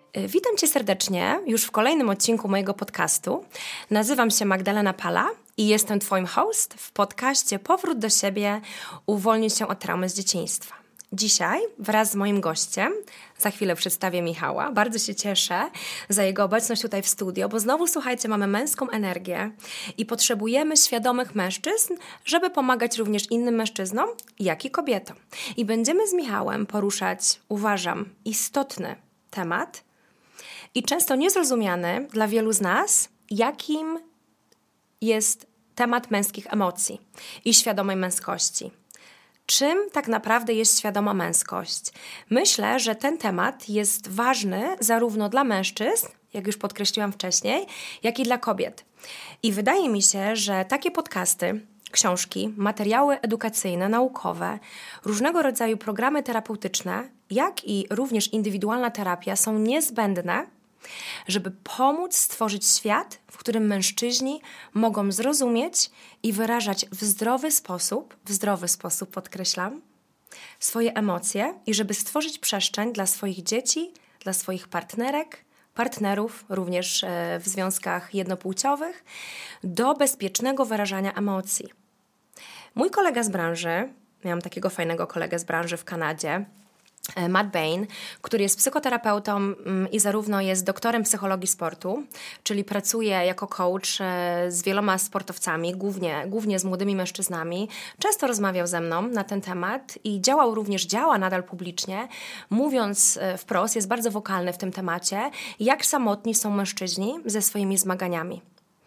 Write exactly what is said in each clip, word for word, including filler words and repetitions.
Witam Cię serdecznie już w kolejnym odcinku mojego podcastu. Nazywam się Magdalena Pala i jestem Twoim host w podcaście Powrót do siebie, uwolnić się od traumy z dzieciństwa. Dzisiaj wraz z moim gościem, za chwilę przedstawię Michała, bardzo się cieszę za jego obecność tutaj w studio, bo znowu, słuchajcie, mamy męską energię i potrzebujemy świadomych mężczyzn, żeby pomagać również innym mężczyznom, jak i kobietom. I będziemy z Michałem poruszać, uważam, istotny temat i często niezrozumiany dla wielu z nas, jakim jest temat męskich emocji i świadomej męskości. Czym tak naprawdę jest świadoma męskość? Myślę, że ten temat jest ważny zarówno dla mężczyzn, jak już podkreśliłam wcześniej, jak i dla kobiet. I wydaje mi się, że takie podcasty, książki, materiały edukacyjne, naukowe, różnego rodzaju programy terapeutyczne, jak i również indywidualna terapia są niezbędne, żeby pomóc stworzyć świat, w którym mężczyźni mogą zrozumieć i wyrażać w zdrowy sposób, w zdrowy sposób podkreślam, swoje emocje i żeby stworzyć przestrzeń dla swoich dzieci, dla swoich partnerek, partnerów, również w związkach jednopłciowych, do bezpiecznego wyrażania emocji. Mój kolega z branży, miałam takiego fajnego kolegę z branży w Kanadzie, Matt Bain, który jest psychoterapeutą i zarówno jest doktorem psychologii sportu, czyli pracuje jako coach z wieloma sportowcami, głównie, głównie z młodymi mężczyznami. Często rozmawiał ze mną na ten temat i działał również, działa nadal publicznie, mówiąc wprost, jest bardzo wokalny w tym temacie, jak samotni są mężczyźni ze swoimi zmaganiami.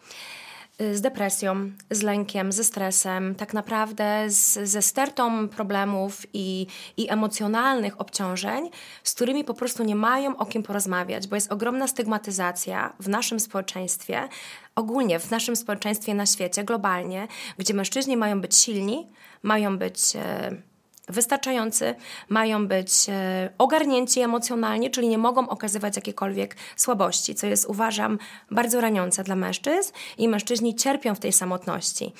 Z depresją, z lękiem, ze stresem, tak naprawdę z, ze stertą problemów i, i emocjonalnych obciążeń, z którymi po prostu nie mają o kim porozmawiać, bo jest ogromna stygmatyzacja w naszym społeczeństwie, ogólnie w naszym społeczeństwie na świecie, globalnie, gdzie mężczyźni mają być silni, mają być e, wystarczający, mają być e, ogarnięci emocjonalnie, czyli nie mogą okazywać jakiejkolwiek słabości, co jest, uważam, bardzo raniące dla mężczyzn i mężczyźni cierpią w tej samotności.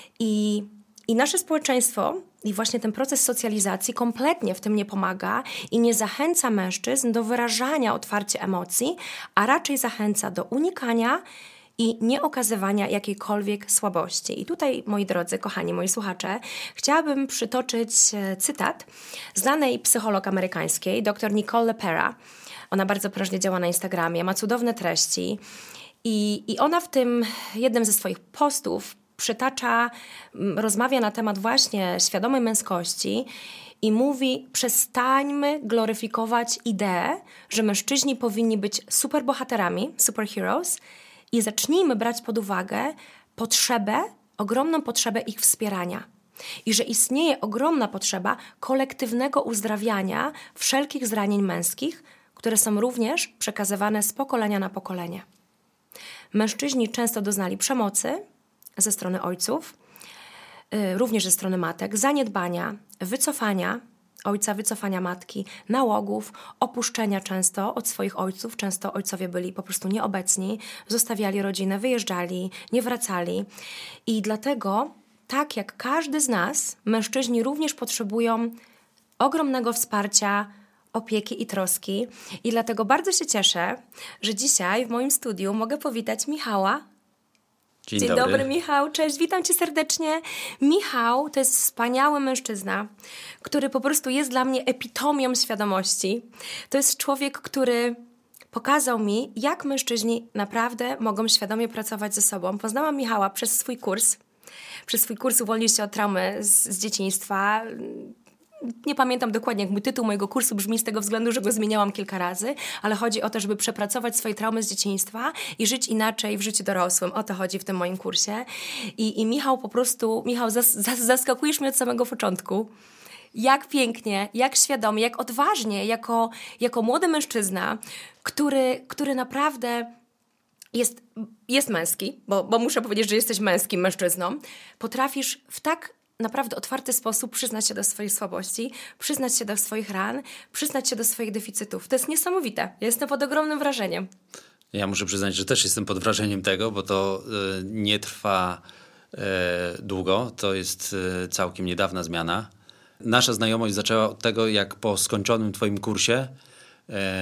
I, i nasze społeczeństwo i właśnie ten proces socjalizacji kompletnie w tym nie pomaga i nie zachęca mężczyzn do wyrażania otwarcie emocji, a raczej zachęca do unikania i nie okazywania jakiejkolwiek słabości. I tutaj, moi drodzy, kochani, moi słuchacze, chciałabym przytoczyć cytat znanej psycholog amerykańskiej, dr Nicole LePera. Ona bardzo prężnie działa na Instagramie, ma cudowne treści i, i ona w tym jednym ze swoich postów przytacza, rozmawia na temat właśnie świadomej męskości i mówi: przestańmy gloryfikować ideę, że mężczyźni powinni być superbohaterami, superheroes, i zacznijmy brać pod uwagę potrzebę, ogromną potrzebę ich wspierania. I że istnieje ogromna potrzeba kolektywnego uzdrawiania wszelkich zranień męskich, które są również przekazywane z pokolenia na pokolenie. Mężczyźni często doznali przemocy ze strony ojców, również ze strony matek, zaniedbania, wycofania ojca, wycofania matki, nałogów, opuszczenia często od swoich ojców. Często ojcowie byli po prostu nieobecni, zostawiali rodzinę, wyjeżdżali, nie wracali. I dlatego, tak jak każdy z nas, mężczyźni również potrzebują ogromnego wsparcia, opieki i troski. I dlatego bardzo się cieszę, że dzisiaj w moim studiu mogę powitać Michała. Dzień, Dzień dobry. dobry, Michał, cześć, witam Cię serdecznie. Michał to jest wspaniały mężczyzna, który po prostu jest dla mnie epitomią świadomości. To jest człowiek, który pokazał mi, jak mężczyźni naprawdę mogą świadomie pracować ze sobą. Poznałam Michała przez swój kurs, przez swój kurs Uwolnić się od traumy z, z dzieciństwa. Nie pamiętam dokładnie, jak mój tytuł mojego kursu brzmi z tego względu, że go zmieniałam kilka razy, ale chodzi o to, żeby przepracować swoje traumy z dzieciństwa i żyć inaczej w życiu dorosłym. O to chodzi w tym moim kursie. I, i Michał po prostu, Michał, zas, zas, zaskakujesz mnie od samego początku. Jak pięknie, jak świadomie, jak odważnie, jako, jako młody mężczyzna, który, który naprawdę jest, jest męski, bo, bo muszę powiedzieć, że jesteś męskim mężczyzną, potrafisz w tak naprawdę otwarty sposób przyznać się do swoich słabości, przyznać się do swoich ran, przyznać się do swoich deficytów. To jest niesamowite. Ja jestem pod ogromnym wrażeniem. Ja muszę przyznać, że też jestem pod wrażeniem tego, bo to y, nie trwa y, długo. To jest y, całkiem niedawna zmiana. Nasza znajomość zaczęła od tego, jak po skończonym twoim kursie y,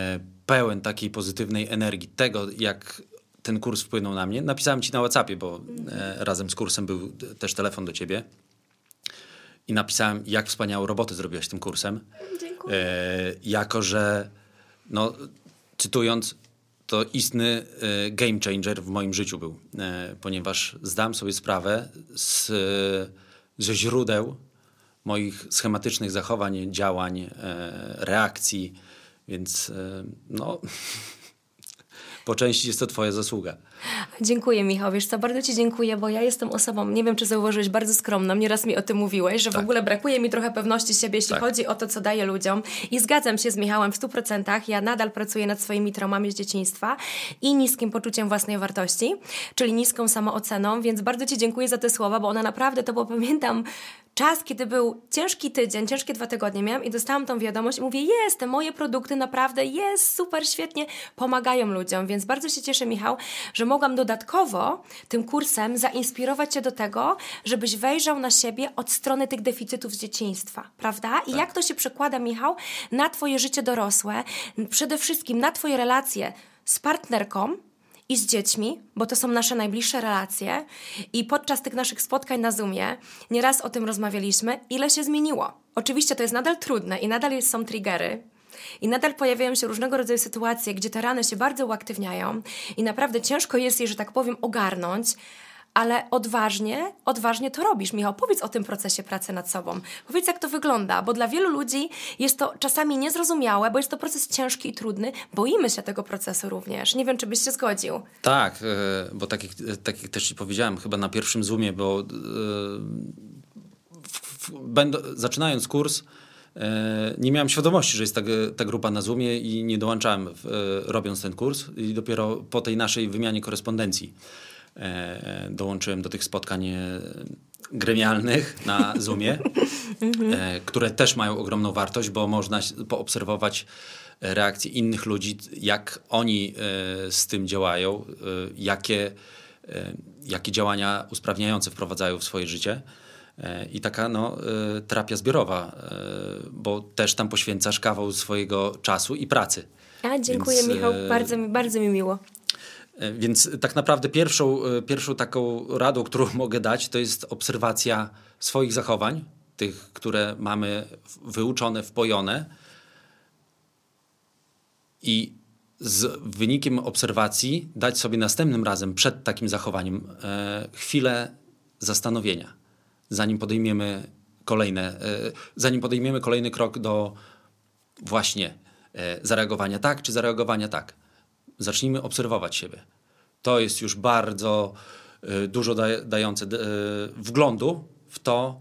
pełen takiej pozytywnej energii, tego jak ten kurs wpłynął na mnie. Napisałem ci na WhatsAppie, bo e, razem z kursem był też telefon do ciebie. I napisałem, jak wspaniałą robotę zrobiłaś tym kursem. Dziękuję. E, jako, że no, cytując, to istny e, game changer w moim życiu był. E, ponieważ zdałem sobie sprawę z, ze źródeł moich schematycznych zachowań, działań, e, reakcji. Więc e, no... Po części jest to twoja zasługa. Dziękuję, Michał. Wiesz co, bardzo ci dziękuję, bo ja jestem osobą, nie wiem, czy zauważyłeś, bardzo skromną. Nieraz mi o tym mówiłeś, że tak. w ogóle brakuje mi trochę pewności siebie, jeśli tak. chodzi o to, co daję ludziom. I zgadzam się z Michałem w stu procentach. Ja nadal pracuję nad swoimi traumami z dzieciństwa i niskim poczuciem własnej wartości, czyli niską samooceną, więc bardzo ci dziękuję za te słowa, bo one naprawdę, to bo pamiętam czas, kiedy był ciężki tydzień, ciężkie dwa tygodnie miałam i dostałam tą wiadomość i mówię, jest, te moje produkty naprawdę jest, super, świetnie, pomagają ludziom, więc bardzo się cieszę, Michał, że mogłam dodatkowo tym kursem zainspirować cię do tego, żebyś wejrzał na siebie od strony tych deficytów z dzieciństwa, prawda? I tak. jak to się przekłada, Michał, na twoje życie dorosłe, przede wszystkim na twoje relacje z partnerką, i z dziećmi, bo to są nasze najbliższe relacje i podczas tych naszych spotkań na Zoomie nieraz o tym rozmawialiśmy, ile się zmieniło. Oczywiście to jest nadal trudne i nadal jest, są triggery i nadal pojawiają się różnego rodzaju sytuacje, gdzie te rany się bardzo uaktywniają i naprawdę ciężko jest je, że tak powiem, ogarnąć, ale odważnie, odważnie to robisz. Michał, powiedz o tym procesie pracy nad sobą. Powiedz, jak to wygląda, bo dla wielu ludzi jest to czasami niezrozumiałe, bo jest to proces ciężki i trudny. Boimy się tego procesu również. Nie wiem, czy byś się zgodził. Tak, bo tak jak, tak jak też ci powiedziałem, chyba na pierwszym Zoomie, bo yy, w, w, będą, zaczynając kurs, yy, nie miałem świadomości, że jest ta, ta grupa na Zoomie i nie dołączałem w, yy, robiąc ten kurs i dopiero po tej naszej wymianie korespondencji E, dołączyłem do tych spotkań gremialnych na Zoomie, e, które też mają ogromną wartość, bo można poobserwować reakcje innych ludzi, jak oni e, z tym działają, e, jakie, e, jakie działania usprawniające wprowadzają w swoje życie. E, I taka no, e, terapia zbiorowa, e, bo też tam poświęcasz kawał swojego czasu i pracy. A, dziękuję, Więc, Michał, bardzo mi, bardzo mi miło. Więc tak naprawdę pierwszą, pierwszą taką radą, którą mogę dać, to jest obserwacja swoich zachowań, tych, które mamy wyuczone, wpojone i z wynikiem obserwacji dać sobie następnym razem przed takim zachowaniem e, chwilę zastanowienia, zanim podejmiemy kolejne, e, zanim podejmiemy kolejny krok do właśnie e, zareagowania tak, czy zareagowania tak. Zacznijmy obserwować siebie. To jest już bardzo y, dużo da, dające y, wglądu w to,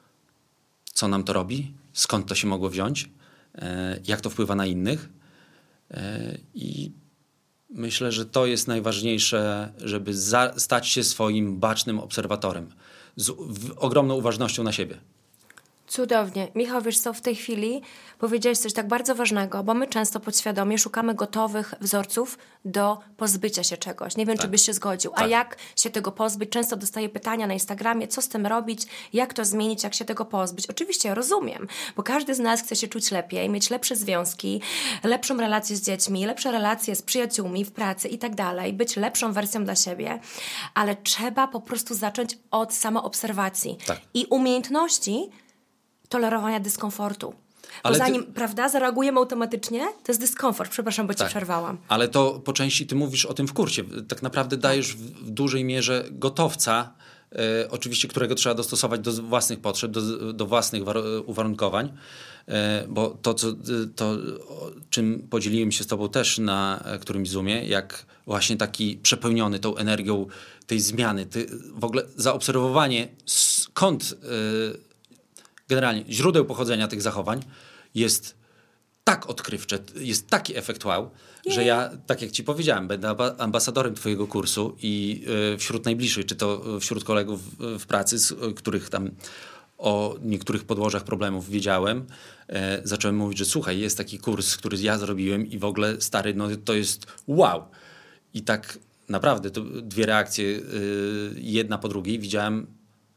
co nam to robi, skąd to się mogło wziąć, y, jak to wpływa na innych. Y, I myślę, że to jest najważniejsze, żeby za, stać się swoim bacznym obserwatorem z w, ogromną uważnością na siebie. Cudownie. Michał, wiesz co, w tej chwili powiedziałeś coś tak bardzo ważnego, bo my często podświadomie szukamy gotowych wzorców do pozbycia się czegoś. Nie wiem, tak. czy byś się zgodził. A tak. jak się tego pozbyć? Często dostaję pytania na Instagramie, co z tym robić, jak to zmienić, jak się tego pozbyć. Oczywiście ja rozumiem, bo każdy z nas chce się czuć lepiej, mieć lepsze związki, lepszą relację z dziećmi, lepsze relacje z przyjaciółmi w pracy i tak dalej, być lepszą wersją dla siebie, ale trzeba po prostu zacząć od samoobserwacji tak. i umiejętności tolerowania dyskomfortu. Bo ale zanim, ty... prawda, zareagujemy automatycznie, to jest dyskomfort. Przepraszam, bo ci tak. przerwałam. Ale to po części ty mówisz o tym w kursie. Tak naprawdę dajesz w, w dużej mierze gotowca, e, oczywiście, którego trzeba dostosować do własnych potrzeb, do, do własnych war- uwarunkowań, e, bo to, co, to, o czym podzieliłem się z tobą też na którymś Zoomie, jak właśnie taki przepełniony tą energią tej zmiany, ty, w ogóle zaobserwowanie skąd e, generalnie źródeł pochodzenia tych zachowań jest tak odkrywcze, jest taki efekt wow, yeah. że ja, tak jak ci powiedziałem, będę ambasadorem twojego kursu i y, wśród najbliższych, czy to wśród kolegów w pracy, z których tam o niektórych podłożach problemów wiedziałem, e, zacząłem mówić, że słuchaj, jest taki kurs, który ja zrobiłem i w ogóle stary, no to jest wow. I tak naprawdę to dwie reakcje, y, jedna po drugiej widziałem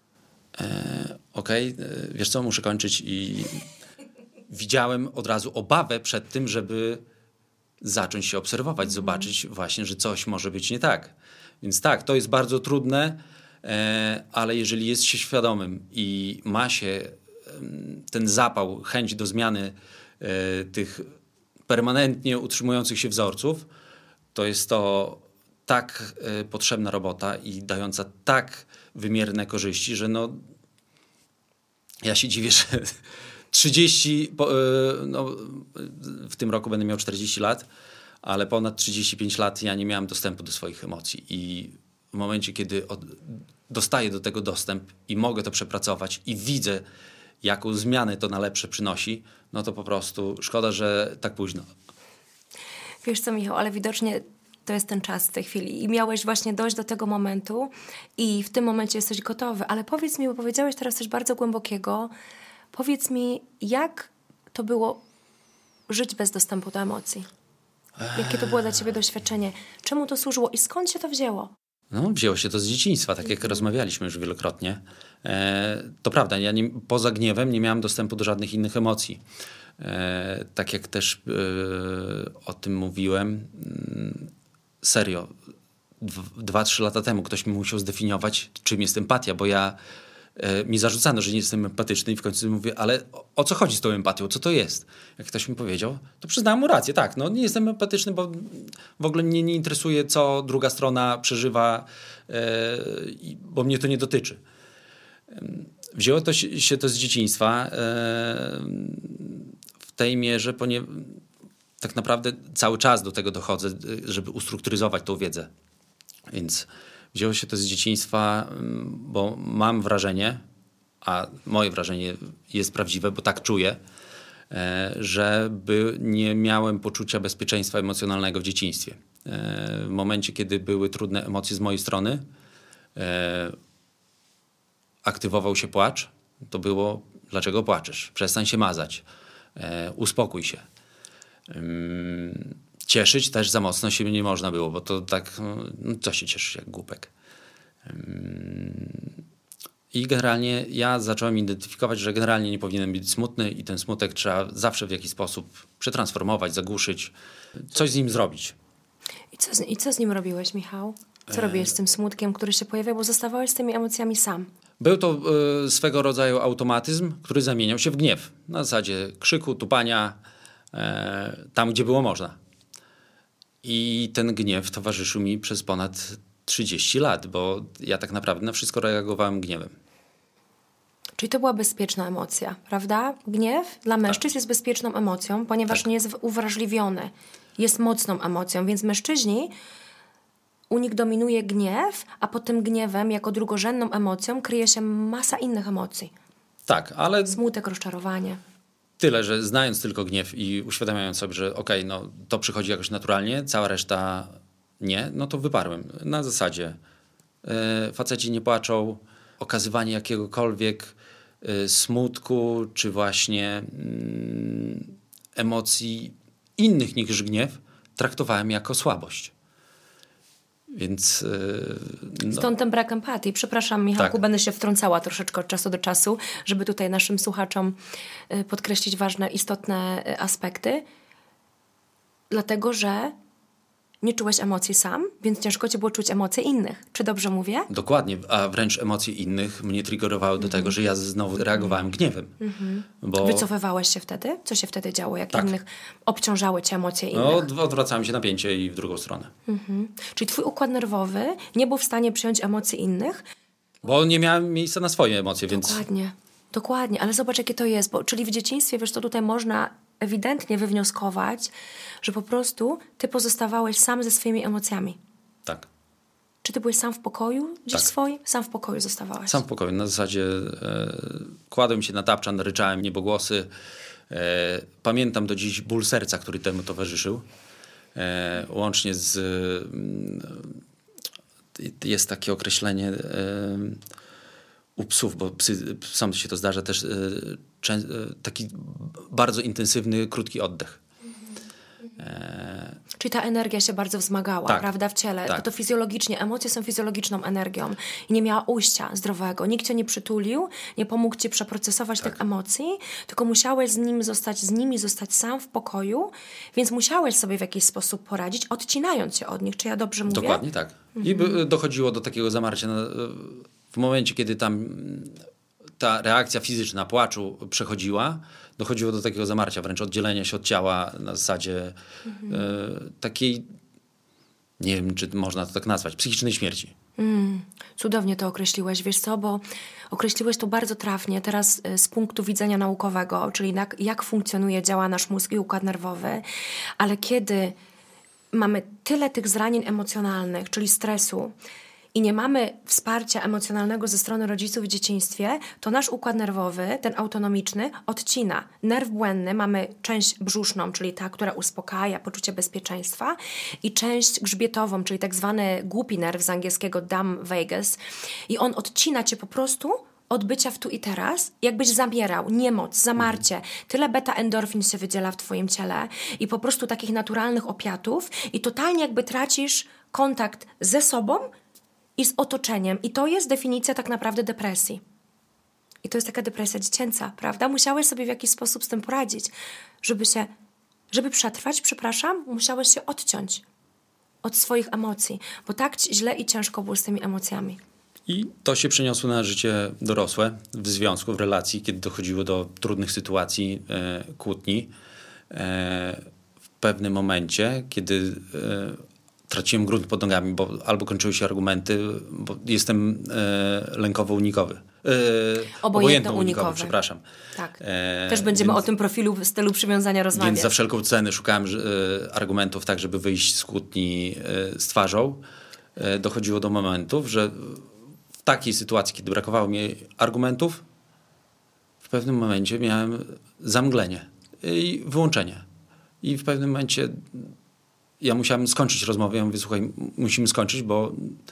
E, okej, okay, wiesz co, muszę kończyć i widziałem od razu obawę przed tym, żeby zacząć się obserwować, mhm. zobaczyć właśnie, że coś może być nie tak. Więc tak, to jest bardzo trudne, e, ale jeżeli jest się świadomym i ma się e, ten zapał, chęć do zmiany e, tych permanentnie utrzymujących się wzorców, to jest to tak e, potrzebna robota i dająca tak wymierne korzyści, że no ja się dziwię, że trzydzieści, no, w tym roku będę miał czterdzieści lat, ale ponad trzydzieści pięć lat ja nie miałem dostępu do swoich emocji i w momencie, kiedy od, dostaję do tego dostęp i mogę to przepracować i widzę, jaką zmianę to na lepsze przynosi, no to po prostu szkoda, że tak późno. Wiesz co, Michał, ale widocznie to jest ten czas w tej chwili i miałeś właśnie dojść do tego momentu i w tym momencie jesteś gotowy, ale powiedz mi, bo powiedziałeś teraz coś bardzo głębokiego, powiedz mi, jak to było żyć bez dostępu do emocji? Jakie to było dla ciebie doświadczenie? Czemu to służyło i skąd się to wzięło? No, wzięło się to z dzieciństwa, tak jak rozmawialiśmy już wielokrotnie. E, to prawda, ja nie, poza gniewem nie miałem dostępu do żadnych innych emocji. E, tak jak też e, o tym mówiłem, serio, dwa, trzy lata temu ktoś mi musiał zdefiniować, czym jest empatia, bo ja e, mi zarzucano, że nie jestem empatyczny i w końcu mówię, ale o, o co chodzi z tą empatią? Co to jest? Jak ktoś mi powiedział, to przyznałem mu rację. Tak, no nie jestem empatyczny, bo w ogóle mnie nie interesuje, co druga strona przeżywa, e, bo mnie to nie dotyczy. Wzięło to się to z dzieciństwa e, w tej mierze, ponieważ tak naprawdę cały czas do tego dochodzę, żeby ustrukturyzować tą wiedzę. Więc wzięło się to z dzieciństwa, bo mam wrażenie, a moje wrażenie jest prawdziwe, bo tak czuję, że nie miałem poczucia bezpieczeństwa emocjonalnego w dzieciństwie. W momencie, kiedy były trudne emocje z mojej strony, aktywował się płacz, to było, dlaczego płaczesz? Przestań się mazać, uspokój się. Cieszyć też za mocno się nie można było, bo to tak, no, co się cieszysz jak głupek. I generalnie ja zacząłem identyfikować, że generalnie nie powinienem być smutny i ten smutek trzeba zawsze w jakiś sposób przetransformować, zagłuszyć, coś z nim zrobić. I co z, i co z nim robiłeś, Michał? Co robiłeś z tym smutkiem, który się pojawiał, bo zostawałeś z tymi emocjami sam? Był to y, swego rodzaju automatyzm, który zamieniał się w gniew. Na zasadzie krzyku, tupania, tam, gdzie było można. I ten gniew towarzyszył mi przez ponad trzydzieści lat, bo ja tak naprawdę na wszystko reagowałem gniewem. Czyli to była bezpieczna emocja, prawda? Gniew dla mężczyzn tak. jest bezpieczną emocją, ponieważ tak. nie jest uwrażliwiony. Jest mocną emocją, więc mężczyźni, u nich dominuje gniew, a pod tym gniewem, jako drugorzędną emocją, kryje się masa innych emocji. Tak, ale... Smutek, rozczarowanie. Tyle, że znając tylko gniew i uświadamiając sobie, że okej, okay, no to przychodzi jakoś naturalnie, cała reszta nie, no to wyparłem. Na zasadzie yy, faceci nie płaczą, okazywanie jakiegokolwiek yy, smutku, czy właśnie yy, emocji innych niż gniew traktowałem jako słabość. Więc... Yy, no. Stąd ten brak empatii. Przepraszam, Michałku, tak. będę się wtrącała troszeczkę od czasu do czasu, żeby tutaj naszym słuchaczom yy, podkreślić ważne, istotne yy, aspekty. Dlatego, że nie czułeś emocji sam, więc ciężko ci było czuć emocje innych. Czy dobrze mówię? Dokładnie, a wręcz emocje innych mnie triggerowały mm-hmm. do tego, że ja znowu reagowałem gniewem. Mm-hmm. Bo... Wycofywałeś się wtedy? Co się wtedy działo? Jak tak. innych obciążały cię emocje innych? No, odwracałem się napięcie i w drugą stronę. Mm-hmm. Czyli twój układ nerwowy nie był w stanie przyjąć emocji innych? Bo nie miałem miejsca na swoje emocje, Dokładnie. więc... Dokładnie. Dokładnie, ale zobacz, jakie to jest. Bo, czyli w dzieciństwie, wiesz, to tutaj można ewidentnie wywnioskować, że po prostu ty pozostawałeś sam ze swoimi emocjami. Tak. Czy ty byłeś sam w pokoju gdzieś tak. swoim? Sam w pokoju zostawałeś? Sam w pokoju. Na zasadzie e, kładłem się na tapczan, ryczałem niebogłosy. E, pamiętam do dziś ból serca, który temu towarzyszył. E, łącznie z... E, jest takie określenie... E, u psów, bo psy, psom się to zdarza też e, czę, e, taki bardzo intensywny, krótki oddech. E, Czyli ta energia się bardzo wzmagała, tak. prawda, w ciele. Tak. To, to fizjologicznie, emocje są fizjologiczną energią i nie miała ujścia zdrowego. Nikt cię nie przytulił, nie pomógł ci przeprocesować tak. tych emocji, tylko musiałeś z, nim zostać, z nimi zostać sam w pokoju, więc musiałeś sobie w jakiś sposób poradzić, odcinając się od nich. Czy ja dobrze mówię? Dokładnie tak. I mhm. dochodziło do takiego zamarcia na, w momencie, kiedy tam ta reakcja fizyczna płaczu przechodziła, dochodziło do takiego zamarcia, wręcz oddzielenia się od ciała na zasadzie mhm. e, takiej, nie wiem, czy można to tak nazwać, psychicznej śmierci. Mm, cudownie to określiłeś, wiesz co, bo określiłeś to bardzo trafnie teraz z punktu widzenia naukowego, czyli jak, jak funkcjonuje, działa nasz mózg i układ nerwowy, ale kiedy mamy tyle tych zranień emocjonalnych, czyli stresu, i nie mamy wsparcia emocjonalnego ze strony rodziców w dzieciństwie, to nasz układ nerwowy, ten autonomiczny, odcina. Nerw błędny, mamy część brzuszną, czyli ta, która uspokaja poczucie bezpieczeństwa, i część grzbietową, czyli tak zwany głupi nerw z angielskiego dumb vagus, i on odcina cię po prostu od bycia w tu i teraz, jakbyś zamierał, niemoc, zamarcie. Tyle beta-endorfin się wydziela w twoim ciele i po prostu takich naturalnych opiatów i totalnie jakby tracisz kontakt ze sobą i z otoczeniem. I to jest definicja tak naprawdę depresji. I to jest taka depresja dziecięca, prawda? Musiałeś sobie w jakiś sposób z tym poradzić. Żeby się, żeby przetrwać, przepraszam, musiałeś się odciąć od swoich emocji, bo tak źle i ciężko było z tymi emocjami. I to się przeniosło na życie dorosłe, w związku, w relacji, kiedy dochodziło do trudnych sytuacji, e, kłótni. E, w pewnym momencie, kiedy e, traciłem grunt pod nogami, bo albo kończyły się argumenty, bo jestem e, lękowo-unikowy. E, Obojętno-unikowy, przepraszam. Tak. E, Też będziemy więc, o tym profilu w stylu przywiązania rozmawiać. Więc za wszelką cenę szukałem e, argumentów tak, żeby wyjść z kłótni e, z twarzą. E, dochodziło do momentów, że w takiej sytuacji, kiedy brakowało mi argumentów, w pewnym momencie miałem zamglenie i wyłączenie. I w pewnym momencie ja musiałem skończyć rozmowę. Ja mówię, słuchaj, musimy skończyć, bo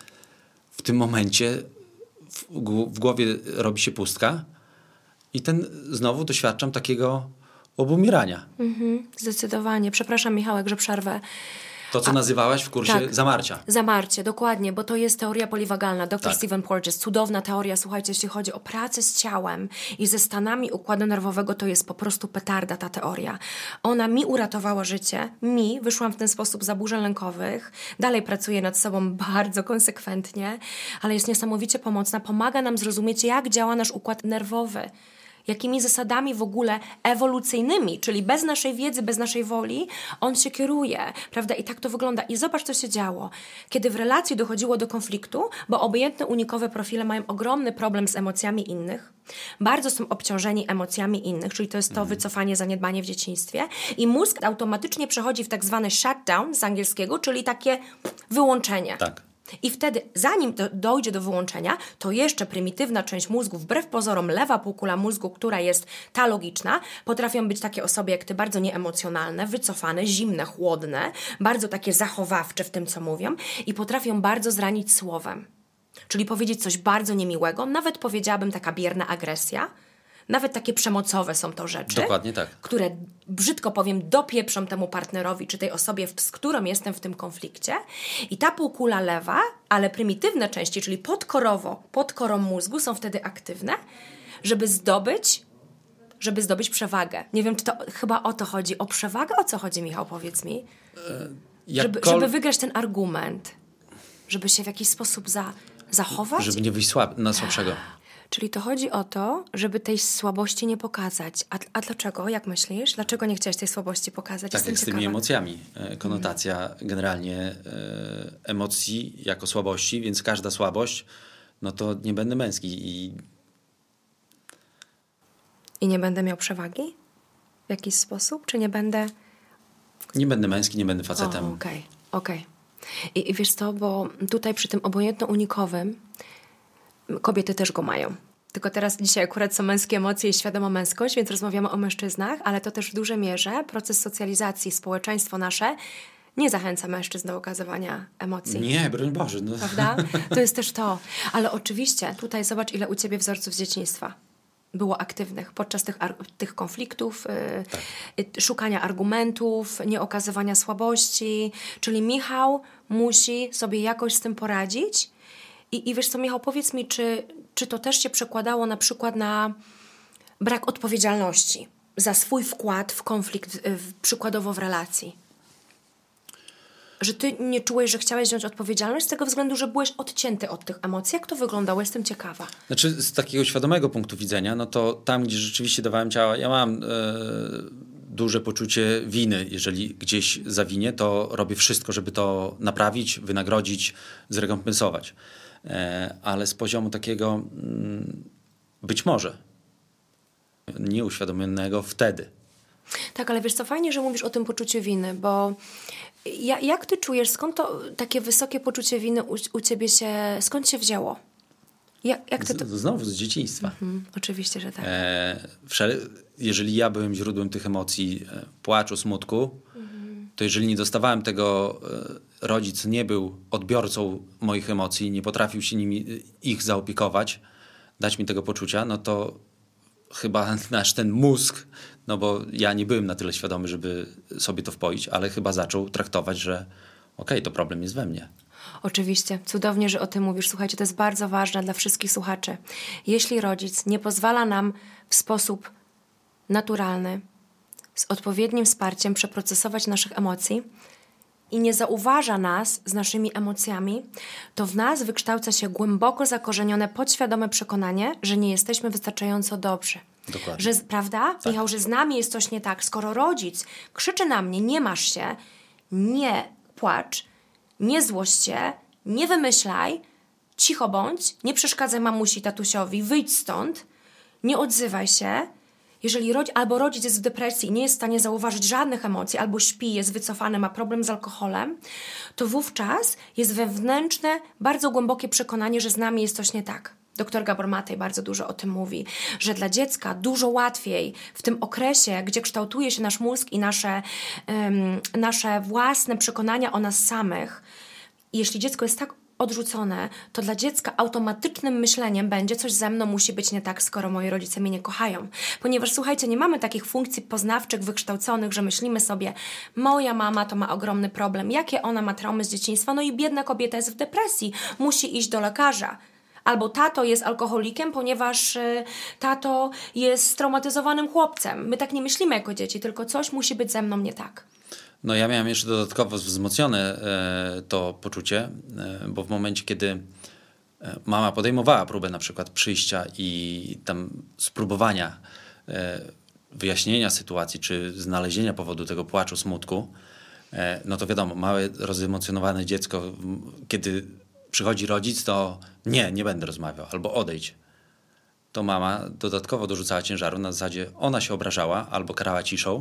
w tym momencie w, w głowie robi się pustka i ten znowu doświadczam takiego obumierania. Mhm, zdecydowanie. Przepraszam, Michałek, że przerwę. To, co A, nazywałaś w kursie tak, zamarcia. Zamarcie, dokładnie, bo to jest teoria poliwagalna. doktor Tak. Stephen Porges, cudowna teoria, słuchajcie, jeśli chodzi o pracę z ciałem i ze stanami układu nerwowego, to jest po prostu petarda ta teoria. Ona mi uratowała życie, mi, wyszłam w ten sposób z zaburzeń lękowych, dalej pracuję nad sobą bardzo konsekwentnie, ale jest niesamowicie pomocna, pomaga nam zrozumieć, jak działa nasz układ nerwowy. Jakimi zasadami w ogóle ewolucyjnymi, czyli bez naszej wiedzy, bez naszej woli, on się kieruje, prawda? I tak to wygląda. I zobacz, co się działo. Kiedy w relacji dochodziło do konfliktu, bo obojętne unikowe profile mają ogromny problem z emocjami innych, bardzo są obciążeni emocjami innych, czyli to jest to wycofanie, zaniedbanie w dzieciństwie i mózg automatycznie przechodzi w tak zwany shutdown z angielskiego, czyli takie wyłączenie. Tak. I wtedy, zanim do, dojdzie do wyłączenia, to jeszcze prymitywna część mózgu, wbrew pozorom lewa półkula mózgu, która jest ta logiczna, potrafią być takie osoby jak ty, bardzo nieemocjonalne, wycofane, zimne, chłodne, bardzo takie zachowawcze w tym, co mówią i potrafią bardzo zranić słowem. Czyli powiedzieć coś bardzo niemiłego, nawet powiedziałabym taka bierna agresja, nawet takie przemocowe są to rzeczy, Dokładnie tak. które, brzydko powiem, dopieprzą temu partnerowi, czy tej osobie, z którą jestem w tym konflikcie. I ta półkula lewa, ale prymitywne części, czyli podkorowo, pod korą mózgu są wtedy aktywne, żeby zdobyć, żeby zdobyć przewagę. Nie wiem, czy to chyba o to chodzi. O przewagę? O co chodzi, Michał? Powiedz mi. E, żeby, kol... żeby wygrać ten argument. Żeby się w jakiś sposób za, zachować. Żeby nie wyjść słab... na słabszego. Czyli to chodzi o to, żeby tej słabości nie pokazać. A, a dlaczego? Jak myślisz? Dlaczego nie chciałeś tej słabości pokazać? Tak, jak z tymi emocjami. Konotacja mm. generalnie e, emocji jako słabości, więc każda słabość, no to nie będę męski. I, I nie będę miał przewagi? W jakiś sposób? Czy nie będę... Nie będę męski, nie będę facetem. Okej, okej. Okay, okay. I, I wiesz co, bo tutaj przy tym obojętno-unikowym kobiety też go mają. Tylko teraz dzisiaj akurat są męskie emocje i świadoma męskość, więc rozmawiamy o mężczyznach, ale to też w dużej mierze proces socjalizacji, społeczeństwo nasze nie zachęca mężczyzn do okazywania emocji. Nie, broń Boże. No. Prawda? To jest też to. Ale oczywiście tutaj zobacz, ile u ciebie wzorców z dzieciństwa. było aktywnych podczas tych, tych konfliktów, tak. y, szukania argumentów, nie okazywania słabości. Czyli Michał musi sobie jakoś z tym poradzić. I, i wiesz co, Michał, powiedz mi, czy, czy to też się przekładało na przykład na brak odpowiedzialności za swój wkład w konflikt, w, przykładowo w relacji? Że ty nie czułeś, że chciałeś wziąć odpowiedzialność z tego względu, że byłeś odcięty od tych emocji? Jak to wyglądało? Jestem ciekawa. Znaczy z takiego świadomego punktu widzenia, no to tam, gdzie rzeczywiście dawałem ciała, ja mam e, duże poczucie winy. Jeżeli gdzieś zawinię, to robię wszystko, żeby to naprawić, wynagrodzić, zrekompensować. E, ale z poziomu takiego mm, być może nieuświadomionego wtedy. Tak, ale wiesz co, fajnie, że mówisz o tym poczuciu winy, bo ja, jak ty czujesz, skąd to takie wysokie poczucie winy u, u ciebie się, skąd się wzięło? Ja, jak ty to... Z, znowu z dzieciństwa. Mhm, oczywiście, że tak. E, wszel- jeżeli ja byłem źródłem tych emocji, e, płaczu, smutku, mhm. to jeżeli nie dostawałem tego, e, rodzic nie był odbiorcą moich emocji, nie potrafił się nimi, ich zaopiekować, dać mi tego poczucia, no to chyba nasz ten mózg, no bo ja nie byłem na tyle świadomy, żeby sobie to wpoić, ale chyba zaczął traktować, że okej, okay, to problem jest we mnie. Oczywiście, cudownie, że o tym mówisz. Słuchajcie, to jest bardzo ważne dla wszystkich słuchaczy. Jeśli rodzic nie pozwala nam w sposób naturalny, z odpowiednim wsparciem przeprocesować naszych emocji i nie zauważa nas z naszymi emocjami, to w nas wykształca się głęboko zakorzenione podświadome przekonanie, że nie jesteśmy wystarczająco dobrzy. Dokładnie. Że, prawda? Tak. Michał, że z nami jest coś nie tak. Skoro rodzic krzyczy na mnie, nie masz się, nie płacz, nie złość się, nie wymyślaj, cicho bądź, nie przeszkadzaj mamusi, tatusiowi, wyjdź stąd, nie odzywaj się. Jeżeli rodzi- albo rodzic jest w depresji i nie jest w stanie zauważyć żadnych emocji, albo śpi, jest wycofany, ma problem z alkoholem, to wówczas jest wewnętrzne, bardzo głębokie przekonanie, że z nami jest coś nie tak. Doktor Gabor Matej bardzo dużo o tym mówi, że dla dziecka dużo łatwiej w tym okresie, gdzie kształtuje się nasz mózg i nasze, um, nasze własne przekonania o nas samych, jeśli dziecko jest tak odrzucone, to dla dziecka automatycznym myśleniem będzie coś ze mną musi być nie tak, skoro moi rodzice mnie nie kochają. Ponieważ słuchajcie, nie mamy takich funkcji poznawczych wykształconych, że myślimy sobie, moja mama to ma ogromny problem, jakie ona ma traumy z dzieciństwa, no i biedna kobieta jest w depresji, musi iść do lekarza. Albo tato jest alkoholikiem, ponieważ y, tato jest straumatyzowanym chłopcem. My tak nie myślimy jako dzieci, tylko coś musi być ze mną nie tak. No ja miałem jeszcze dodatkowo wzmocnione e, to poczucie, e, bo w momencie, kiedy e, mama podejmowała próbę na przykład przyjścia i tam spróbowania e, wyjaśnienia sytuacji, czy znalezienia powodu tego płaczu, smutku, e, no to wiadomo, małe, rozemocjonowane dziecko, kiedy przychodzi rodzic, to nie, nie będę rozmawiał, albo odejdź. To mama dodatkowo dorzucała ciężaru na zasadzie, ona się obrażała albo karała ciszą,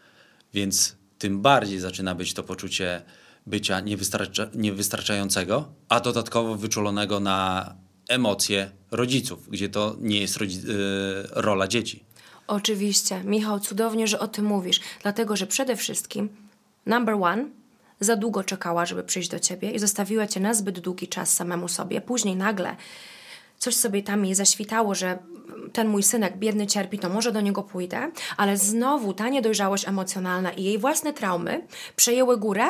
więc tym bardziej zaczyna być to poczucie bycia niewystarcza, niewystarczającego, a dodatkowo wyczulonego na emocje rodziców, gdzie to nie jest rodzi- yy, rola dzieci. Oczywiście. Michał, cudownie, że o tym mówisz. Dlatego, że przede wszystkim number one, za długo czekała, żeby przyjść do ciebie i zostawiła cię na zbyt długi czas samemu sobie. Później nagle coś sobie tam jej zaświtało, że ten mój synek biedny cierpi, to może do niego pójdę, ale znowu ta niedojrzałość emocjonalna i jej własne traumy przejęły górę.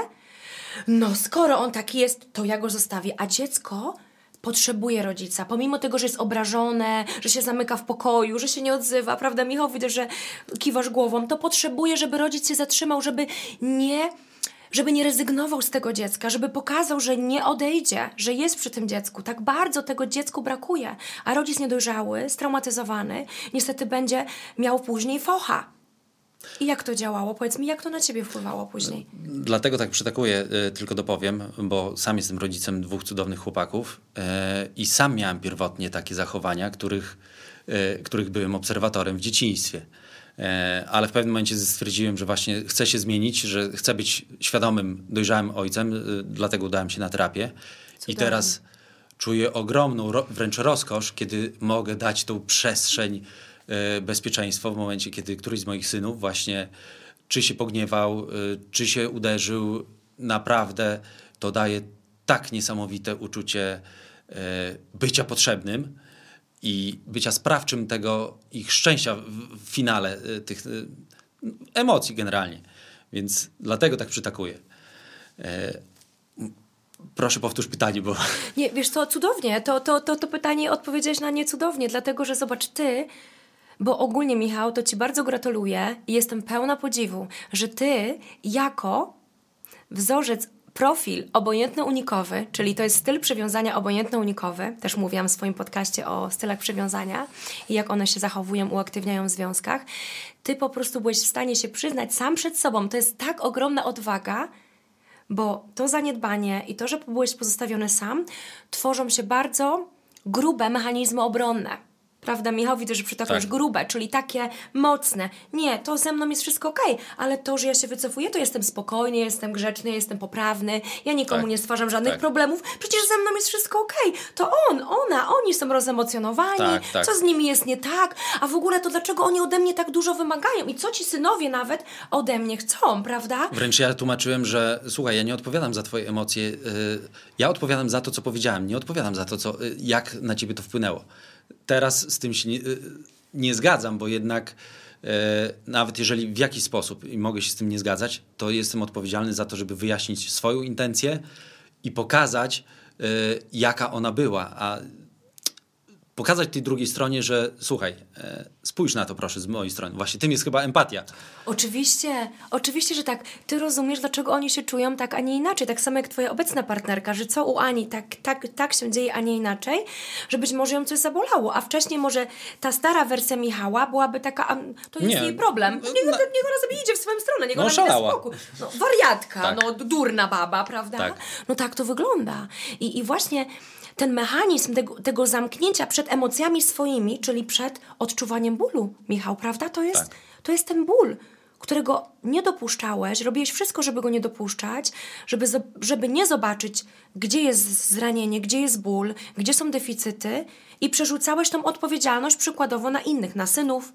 No skoro on taki jest, to ja go zostawię, a dziecko potrzebuje rodzica, pomimo tego, że jest obrażone, że się zamyka w pokoju, że się nie odzywa, prawda Michał? Widzę, że kiwasz głową, to potrzebuje, żeby rodzic się zatrzymał, żeby nie... żeby nie rezygnował z tego dziecka, żeby pokazał, że nie odejdzie, że jest przy tym dziecku. Tak bardzo tego dziecku brakuje. A rodzic niedojrzały, straumatyzowany, niestety będzie miał później focha. I jak to działało? Powiedz mi, jak to na ciebie wpływało później? Dlatego tak przytakuję, tylko dopowiem, bo sam jestem rodzicem dwóch cudownych chłopaków i sam miałem pierwotnie takie zachowania, których, których byłem obserwatorem w dzieciństwie. Ale w pewnym momencie stwierdziłem, że właśnie chcę się zmienić, że chcę być świadomym, dojrzałym ojcem, dlatego udałem się na terapię. Cudownie. I teraz czuję ogromną wręcz rozkosz, kiedy mogę dać tą przestrzeń, bezpieczeństwo w momencie, kiedy któryś z moich synów właśnie czy się pogniewał, czy się uderzył, naprawdę to daje tak niesamowite uczucie bycia potrzebnym i bycia sprawczym tego ich szczęścia w, w finale, y, tych y, emocji generalnie. Więc dlatego tak przytakuję. E, proszę powtórz pytanie, bo... Nie, wiesz co, cudownie. To, to, to, to pytanie odpowiedziałeś na nie cudownie, dlatego, że zobacz, ty, bo ogólnie, Michał, to ci bardzo gratuluję i jestem pełna podziwu, że ty jako wzorzec, profil obojętno-unikowy, czyli to jest styl przywiązania obojętno-unikowy, też mówiłam w swoim podcaście o stylach przywiązania i jak one się zachowują, uaktywniają w związkach, ty po prostu byłeś w stanie się przyznać sam przed sobą. To jest tak ogromna odwaga, bo to zaniedbanie i to, że byłeś pozostawiony sam, tworzą się bardzo grube mechanizmy obronne. Prawda, Michał? Widzę, że przytakujesz tak. grube, czyli takie mocne. Nie, to ze mną jest wszystko okej, okay, ale to, że ja się wycofuję, to jestem spokojny, jestem grzeczny, jestem poprawny, ja nikomu tak. nie stwarzam żadnych tak. problemów, przecież ze mną jest wszystko okej. Okay. To on, ona, oni są rozemocjonowani, tak, tak. co z nimi jest nie tak, a w ogóle to dlaczego oni ode mnie tak dużo wymagają i co ci synowie nawet ode mnie chcą, prawda? Wręcz ja tłumaczyłem, że słuchaj, ja nie odpowiadam za twoje emocje, yy, ja odpowiadam za to, co powiedziałem, nie odpowiadam za to, co, yy, jak na ciebie to wpłynęło. Teraz z tym się nie, nie zgadzam, bo jednak e, nawet jeżeli w jakiś sposób i mogę się z tym nie zgadzać, to jestem odpowiedzialny za to, żeby wyjaśnić swoją intencję i pokazać, e, jaka ona była. A pokazać tej drugiej stronie, że słuchaj, e, spójrz na to proszę z mojej strony. Właśnie tym jest chyba empatia. Oczywiście, oczywiście, że tak. Ty rozumiesz, dlaczego oni się czują tak, a nie inaczej. Tak samo jak twoja obecna partnerka, że co u Ani tak, tak, tak się dzieje, a nie inaczej, że być może ją coś zabolało, a wcześniej może ta stara wersja Michała byłaby taka, a to jest Nie. jej problem. Niech, niech ona sobie idzie w swoją stronę, niech No, ona mi da spokój. No, wariatka, Tak. no durna baba, prawda? Tak. No tak to wygląda. I, i właśnie ten mechanizm tego, tego zamknięcia przed emocjami swoimi, czyli przed odczuwaniem bólu, Michał, prawda? To jest, Tak. to jest ten ból, którego nie dopuszczałeś, robiłeś wszystko, żeby go nie dopuszczać, żeby, żeby nie zobaczyć, gdzie jest zranienie, gdzie jest ból, gdzie są deficyty i przerzucałeś tą odpowiedzialność przykładowo na innych, na synów,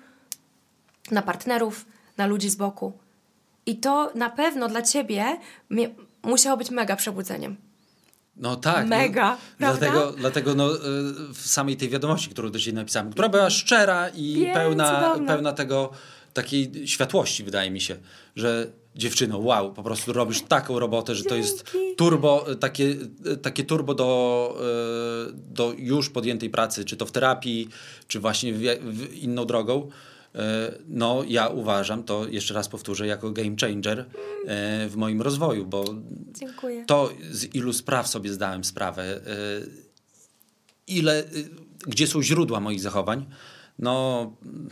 na partnerów, na ludzi z boku. I to na pewno dla ciebie mi- musiało być mega przebudzeniem. No tak. Mega, no, prawda? Dlatego, dlatego no, w samej tej wiadomości, którą do ciebie napisałem, która była szczera i Wiem, pełna, cudowna. pełna tego, takiej światłości, wydaje mi się, że dziewczyno, wow, po prostu robisz taką robotę, że to jest turbo, takie, takie turbo do, do już podjętej pracy, czy to w terapii, czy właśnie w, w inną drogą. No, ja uważam to, jeszcze raz powtórzę, jako game changer w moim rozwoju, bo Dziękuję. to z ilu spraw sobie zdałem sprawę, ile, gdzie są źródła moich zachowań, no...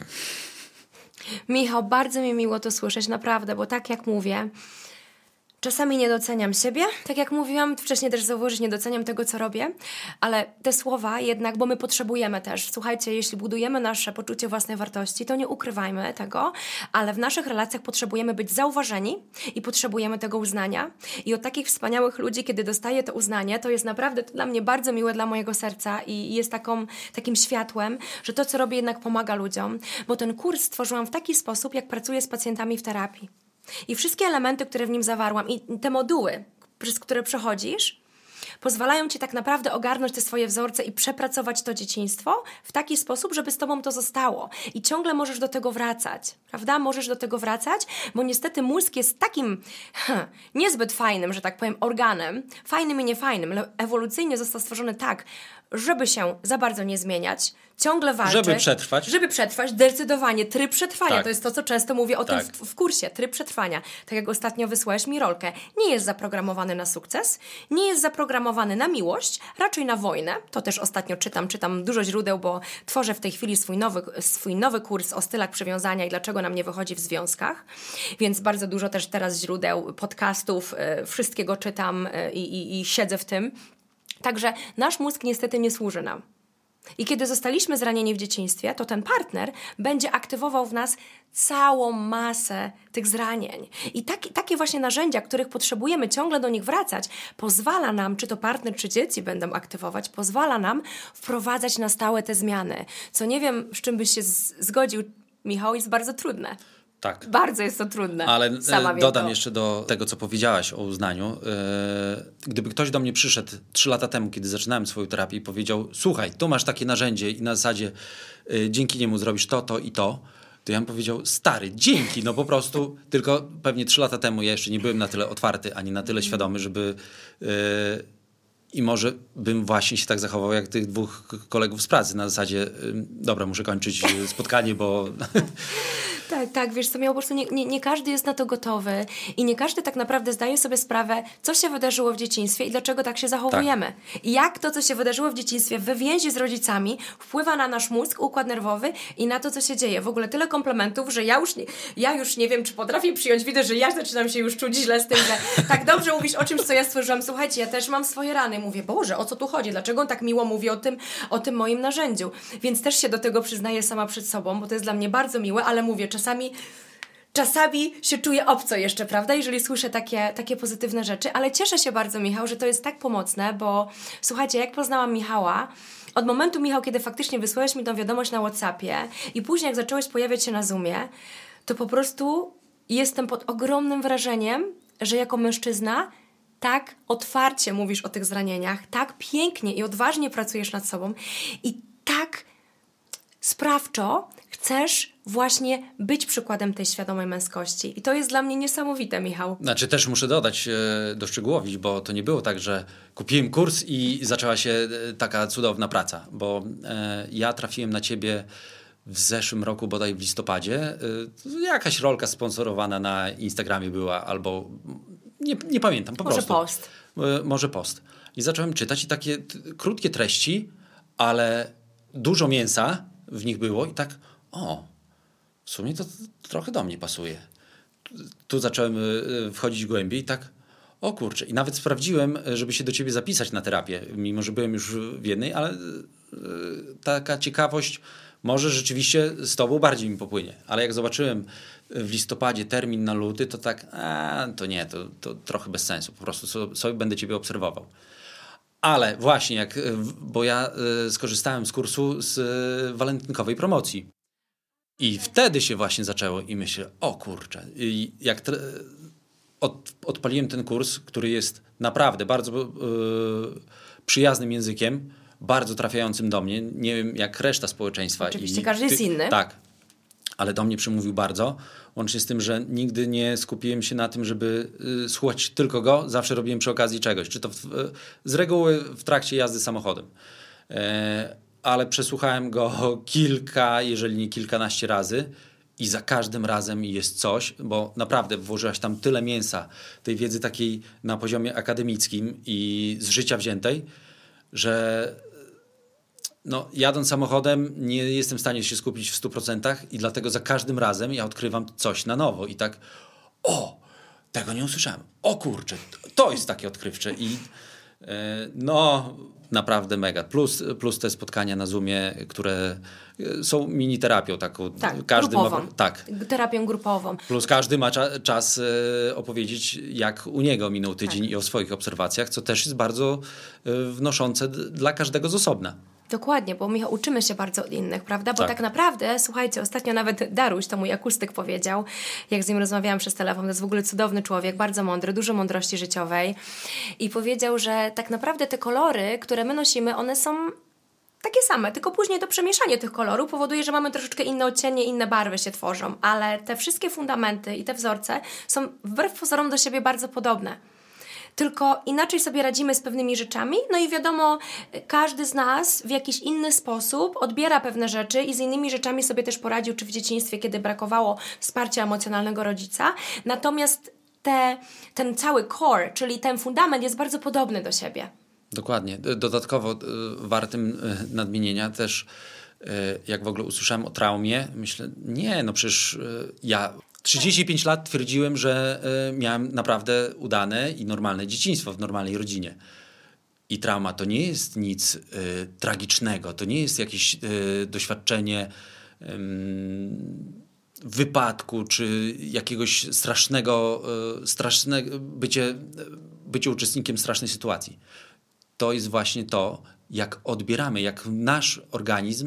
Michał, bardzo mi miło to słyszeć, naprawdę, bo tak jak mówię, czasami nie doceniam siebie, tak jak mówiłam wcześniej też zauważyć, nie doceniam tego, co robię, ale te słowa jednak, bo my potrzebujemy też, słuchajcie, jeśli budujemy nasze poczucie własnej wartości, to nie ukrywajmy tego, ale w naszych relacjach potrzebujemy być zauważeni i potrzebujemy tego uznania i od takich wspaniałych ludzi, kiedy dostaję to uznanie, to jest naprawdę dla mnie bardzo miłe dla mojego serca i jest taką, takim światłem, że to, co robię, jednak pomaga ludziom, bo ten kurs stworzyłam w taki sposób, jak pracuję z pacjentami w terapii. I wszystkie elementy, które w nim zawarłam i te moduły, przez które przechodzisz, pozwalają ci tak naprawdę ogarnąć te swoje wzorce i przepracować to dzieciństwo w taki sposób, żeby z tobą to zostało. I ciągle możesz do tego wracać, prawda? Możesz do tego wracać, bo niestety mózg jest takim huh, niezbyt fajnym, że tak powiem, organem, fajnym i niefajnym, ale ewolucyjnie został stworzony tak, żeby się za bardzo nie zmieniać, ciągle walczy. Żeby przetrwać. Żeby przetrwać, zdecydowanie. Tryb przetrwania. Tak. To jest to, co często mówię o Tak. tym w, w kursie. Tryb przetrwania. Tak jak ostatnio wysłałeś mi rolkę. Nie jest zaprogramowany na sukces, nie jest zaprogramowany na miłość, raczej na wojnę. To też ostatnio czytam, czytam dużo źródeł, bo tworzę w tej chwili swój nowy, swój nowy kurs o stylach przywiązania i dlaczego nam nie wychodzi w związkach. Więc bardzo dużo też teraz źródeł, podcastów, y, wszystkiego czytam y, i, i siedzę w tym. Także nasz mózg niestety nie służy nam. I kiedy zostaliśmy zranieni w dzieciństwie, to ten partner będzie aktywował w nas całą masę tych zranień. I taki, takie właśnie narzędzia, których potrzebujemy ciągle do nich wracać, pozwala nam, czy to partner, czy dzieci będą aktywować, pozwala nam wprowadzać na stałe te zmiany. Co nie wiem, z czym byś się z- zgodził, Michał, jest bardzo trudne. Tak. Bardzo jest to trudne. Ale Sama dodam wiem jeszcze do tego, co powiedziałaś o uznaniu. Gdyby ktoś do mnie przyszedł trzy lata temu, kiedy zaczynałem swoją terapię i powiedział, słuchaj, tu masz takie narzędzie i na zasadzie dzięki niemu zrobisz to, to i to, to ja bym powiedział, stary, dzięki, no po prostu, tylko pewnie trzy lata temu ja jeszcze nie byłem na tyle otwarty, ani na tyle świadomy, żeby... I może bym właśnie się tak zachował jak tych dwóch kolegów z pracy. Na zasadzie, dobra, muszę kończyć spotkanie, bo... Tak, tak, wiesz co, miał po prostu nie, nie, nie każdy jest na to gotowy i nie każdy tak naprawdę zdaje sobie sprawę, co się wydarzyło w dzieciństwie i dlaczego tak się zachowujemy. Tak. I jak to, co się wydarzyło w dzieciństwie we więzi z rodzicami wpływa na nasz mózg, układ nerwowy i na to, co się dzieje. W ogóle tyle komplementów, że ja już nie, ja już nie wiem, czy potrafię przyjąć. Widzę, że ja zaczynam się już czuć źle z tym, że tak dobrze mówisz o czymś, co ja stworzyłam. Słuchajcie, ja też mam swoje rany. Mówię, Boże, o co tu chodzi? Dlaczego on tak miło mówi o tym, o tym moim narzędziu? Więc też się do tego przyznaję sama przed sobą, bo to jest dla mnie bardzo miłe, ale mówię, czasami czasami się czuję obco jeszcze, prawda? Jeżeli słyszę takie, takie pozytywne rzeczy, ale cieszę się bardzo, Michał, że to jest tak pomocne, bo słuchajcie, jak poznałam Michała, od momentu, Michał, kiedy faktycznie wysłałeś mi tą wiadomość na WhatsAppie i później jak zacząłeś pojawiać się na Zoomie, to po prostu jestem pod ogromnym wrażeniem, że jako mężczyzna tak otwarcie mówisz o tych zranieniach, tak pięknie i odważnie pracujesz nad sobą i tak sprawczo chcesz właśnie być przykładem tej świadomej męskości. I to jest dla mnie niesamowite, Michał. Znaczy też muszę dodać, e, doszczegółowić, bo to nie było tak, że kupiłem kurs i zaczęła się e, taka cudowna praca, bo e, ja trafiłem na ciebie w zeszłym roku, bodaj w listopadzie. E, jakaś rolka sponsorowana na Instagramie była, albo nie, nie pamiętam, po może prostu. Post. E, może post. I zacząłem czytać i takie t, krótkie treści, ale dużo mięsa w nich było i tak o, w sumie to, to trochę do mnie pasuje. Tu zacząłem wchodzić głębiej i tak, o kurczę. I nawet sprawdziłem, żeby się do ciebie zapisać na terapię, mimo że byłem już w jednej, ale taka ciekawość może rzeczywiście z tobą bardziej mi popłynie. Ale jak zobaczyłem w listopadzie termin na luty, to tak, a, to nie, to, to trochę bez sensu. Po prostu sobie będę ciebie obserwował. Ale właśnie, jak, bo ja skorzystałem z kursu z walentynkowej promocji. I wtedy się właśnie zaczęło i myślę, o kurczę. I jak tre, od, odpaliłem ten kurs, który jest naprawdę bardzo yy, przyjaznym językiem, bardzo trafiającym do mnie. Nie wiem, jak reszta społeczeństwa. Oczywiście, I każdy ty, jest inny. Tak, ale do mnie przemówił bardzo. Łącznie z tym, że nigdy nie skupiłem się na tym, żeby y, słuchać tylko go. Zawsze robiłem przy okazji czegoś. Czy to w, y, z reguły w trakcie jazdy samochodem. E, ale przesłuchałem go kilka, jeżeli nie kilkanaście razy i za każdym razem jest coś, bo naprawdę włożyłaś tam tyle mięsa, tej wiedzy takiej na poziomie akademickim i z życia wziętej, że no, jadąc samochodem nie jestem w stanie się skupić w stu procentach i dlatego za każdym razem ja odkrywam coś na nowo i tak o, tego nie usłyszałem. O kurczę, to jest takie odkrywcze i yy, no naprawdę mega. Plus, plus te spotkania na Zoomie, które są mini terapią taką. Tak, każdy grupową. ma, tak. Terapią grupową. Plus każdy ma cza- czas e, opowiedzieć, jak u niego minął tydzień tak. i o swoich obserwacjach, co też jest bardzo e, wnoszące d- dla każdego z osobna. Dokładnie, bo Michał, uczymy się bardzo od innych, prawda? Bo tak. tak naprawdę, słuchajcie, ostatnio nawet Daruś, to mój akustyk, powiedział, jak z nim rozmawiałam przez telefon, to jest w ogóle cudowny człowiek, bardzo mądry, dużo mądrości życiowej i powiedział, że tak naprawdę te kolory, które my nosimy, one są takie same, tylko później to przemieszanie tych kolorów powoduje, że mamy troszeczkę inne odcienie, inne barwy się tworzą, ale te wszystkie fundamenty i te wzorce są wbrew pozorom do siebie bardzo podobne. Tylko inaczej sobie radzimy z pewnymi rzeczami, no i wiadomo, każdy z nas w jakiś inny sposób odbiera pewne rzeczy i z innymi rzeczami sobie też poradził, czy w dzieciństwie, kiedy brakowało wsparcia emocjonalnego rodzica. Natomiast te, ten cały core, czyli ten fundament jest bardzo podobny do siebie. Dokładnie. Dodatkowo y, wartym y, nadmienienia też, y, jak w ogóle usłyszałem o traumie, myślę, nie, no przecież y, ja trzydzieści pięć lat twierdziłem, że y, miałem naprawdę udane i normalne dzieciństwo w normalnej rodzinie. I trauma to nie jest nic y, tragicznego, to nie jest jakieś y, doświadczenie y, wypadku, czy jakiegoś strasznego, y, strasznego bycie, bycie uczestnikiem strasznej sytuacji. To jest właśnie to, jak odbieramy, jak nasz organizm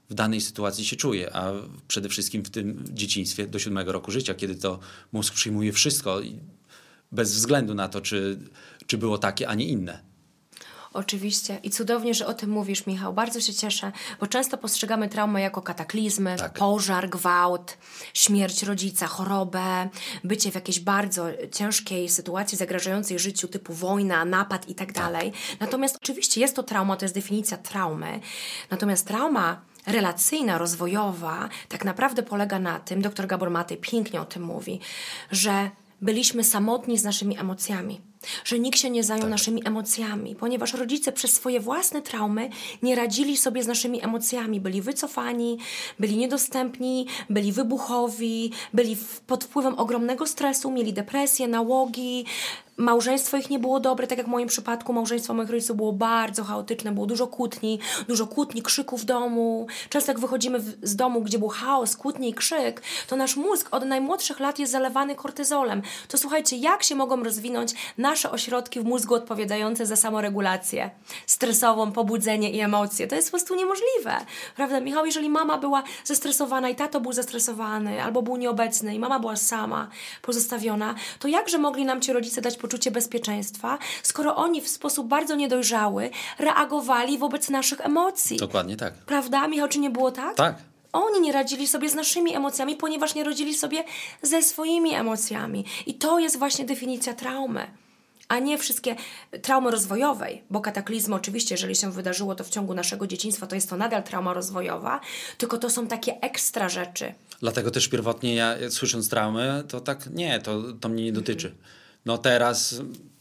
w danej sytuacji się czuje, a przede wszystkim w tym dzieciństwie do siódmego roku życia, kiedy to mózg przyjmuje wszystko bez względu na to, czy, czy było takie, a nie inne. Oczywiście. I cudownie, że o tym mówisz, Michał. Bardzo się cieszę, bo często postrzegamy traumę jako kataklizmy, tak. pożar, gwałt, śmierć rodzica, chorobę, bycie w jakiejś bardzo ciężkiej sytuacji zagrażającej życiu typu wojna, napad i tak dalej. Natomiast oczywiście jest to trauma, to jest definicja traumy. Natomiast trauma relacyjna, rozwojowa tak naprawdę polega na tym, doktor Gabor Maty pięknie o tym mówi, że byliśmy samotni z naszymi emocjami. Że nikt się nie zajął tak. naszymi emocjami, ponieważ rodzice przez swoje własne traumy nie radzili sobie z naszymi emocjami. Byli wycofani, byli niedostępni, byli wybuchowi, byli w, pod wpływem ogromnego stresu, mieli depresję, nałogi, małżeństwo ich nie było dobre, tak jak w moim przypadku małżeństwo moich rodziców było bardzo chaotyczne, było dużo kłótni, dużo kłótni, krzyku w domu. Często jak wychodzimy w, z domu, gdzie był chaos, kłótnie i krzyk, to nasz mózg od najmłodszych lat jest zalewany kortyzolem. To słuchajcie, jak się mogą rozwinąć nasze ośrodki w mózgu odpowiadające za samoregulację stresową, pobudzenie i emocje? To jest po prostu niemożliwe. Prawda, Michał? Jeżeli mama była zestresowana i tato był zestresowany, albo był nieobecny i mama była sama, pozostawiona, to jakże mogli nam ci rodzice dać poczucie bezpieczeństwa, skoro oni w sposób bardzo niedojrzały reagowali wobec naszych emocji? Dokładnie tak. Prawda, Michał? Czy nie było tak? Tak. Oni nie radzili sobie z naszymi emocjami, ponieważ nie radzili sobie ze swoimi emocjami. I to jest właśnie definicja traumy. A nie wszystkie traumy rozwojowej, bo kataklizmy oczywiście, jeżeli się wydarzyło to w ciągu naszego dzieciństwa, to jest to nadal trauma rozwojowa, tylko to są takie ekstra rzeczy. Dlatego też pierwotnie ja, słysząc traumę, to tak nie, to, to mnie nie dotyczy. No teraz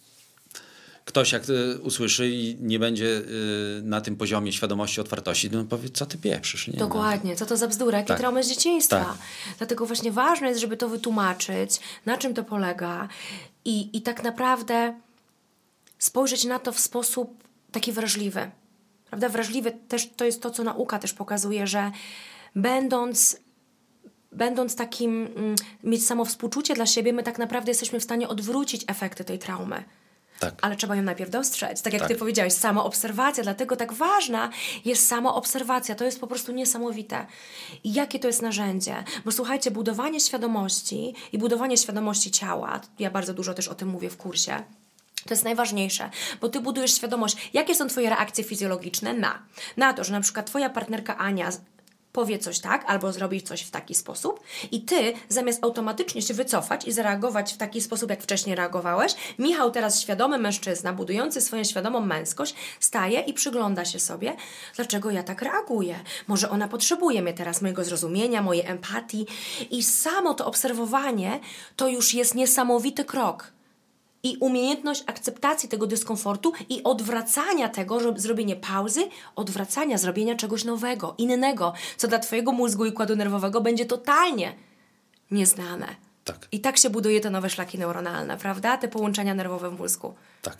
ktoś jak usłyszy i nie będzie y, na tym poziomie świadomości, otwartości, no powie, co ty pieprzysz? Nie? Dokładnie, co to za bzdura, jakie tak. traumy z dzieciństwa. Tak. Dlatego właśnie ważne jest, żeby to wytłumaczyć, na czym to polega i, i tak naprawdę spojrzeć na to w sposób taki wrażliwy. Prawda? Wrażliwy też to jest to, co nauka też pokazuje, że będąc będąc takim, mm, mieć samowspółczucie dla siebie, my tak naprawdę jesteśmy w stanie odwrócić efekty tej traumy. Tak. Ale trzeba ją najpierw dostrzec. Tak jak tak. ty powiedziałeś, samoobserwacja. Dlatego tak ważna jest samoobserwacja. To jest po prostu niesamowite. I jakie to jest narzędzie? Bo słuchajcie, budowanie świadomości i budowanie świadomości ciała, ja bardzo dużo też o tym mówię w kursie, to jest najważniejsze, bo ty budujesz świadomość, jakie są twoje reakcje fizjologiczne na, na to, że na przykład twoja partnerka Ania powie coś tak, albo zrobi coś w taki sposób i ty, zamiast automatycznie się wycofać i zareagować w taki sposób, jak wcześniej reagowałeś, Michał, teraz świadomy mężczyzna, budujący swoją świadomą męskość, staje i przygląda się sobie, dlaczego ja tak reaguję. Może ona potrzebuje mnie teraz, mojego zrozumienia, mojej empatii i samo to obserwowanie to już jest niesamowity krok. I umiejętność akceptacji tego dyskomfortu i odwracania tego, żeby zrobienie pauzy, odwracania, zrobienia czegoś nowego, innego, co dla twojego mózgu i układu nerwowego będzie totalnie nieznane. Tak. I tak się buduje te nowe szlaki neuronalne, prawda? Te połączenia nerwowe w mózgu. Tak.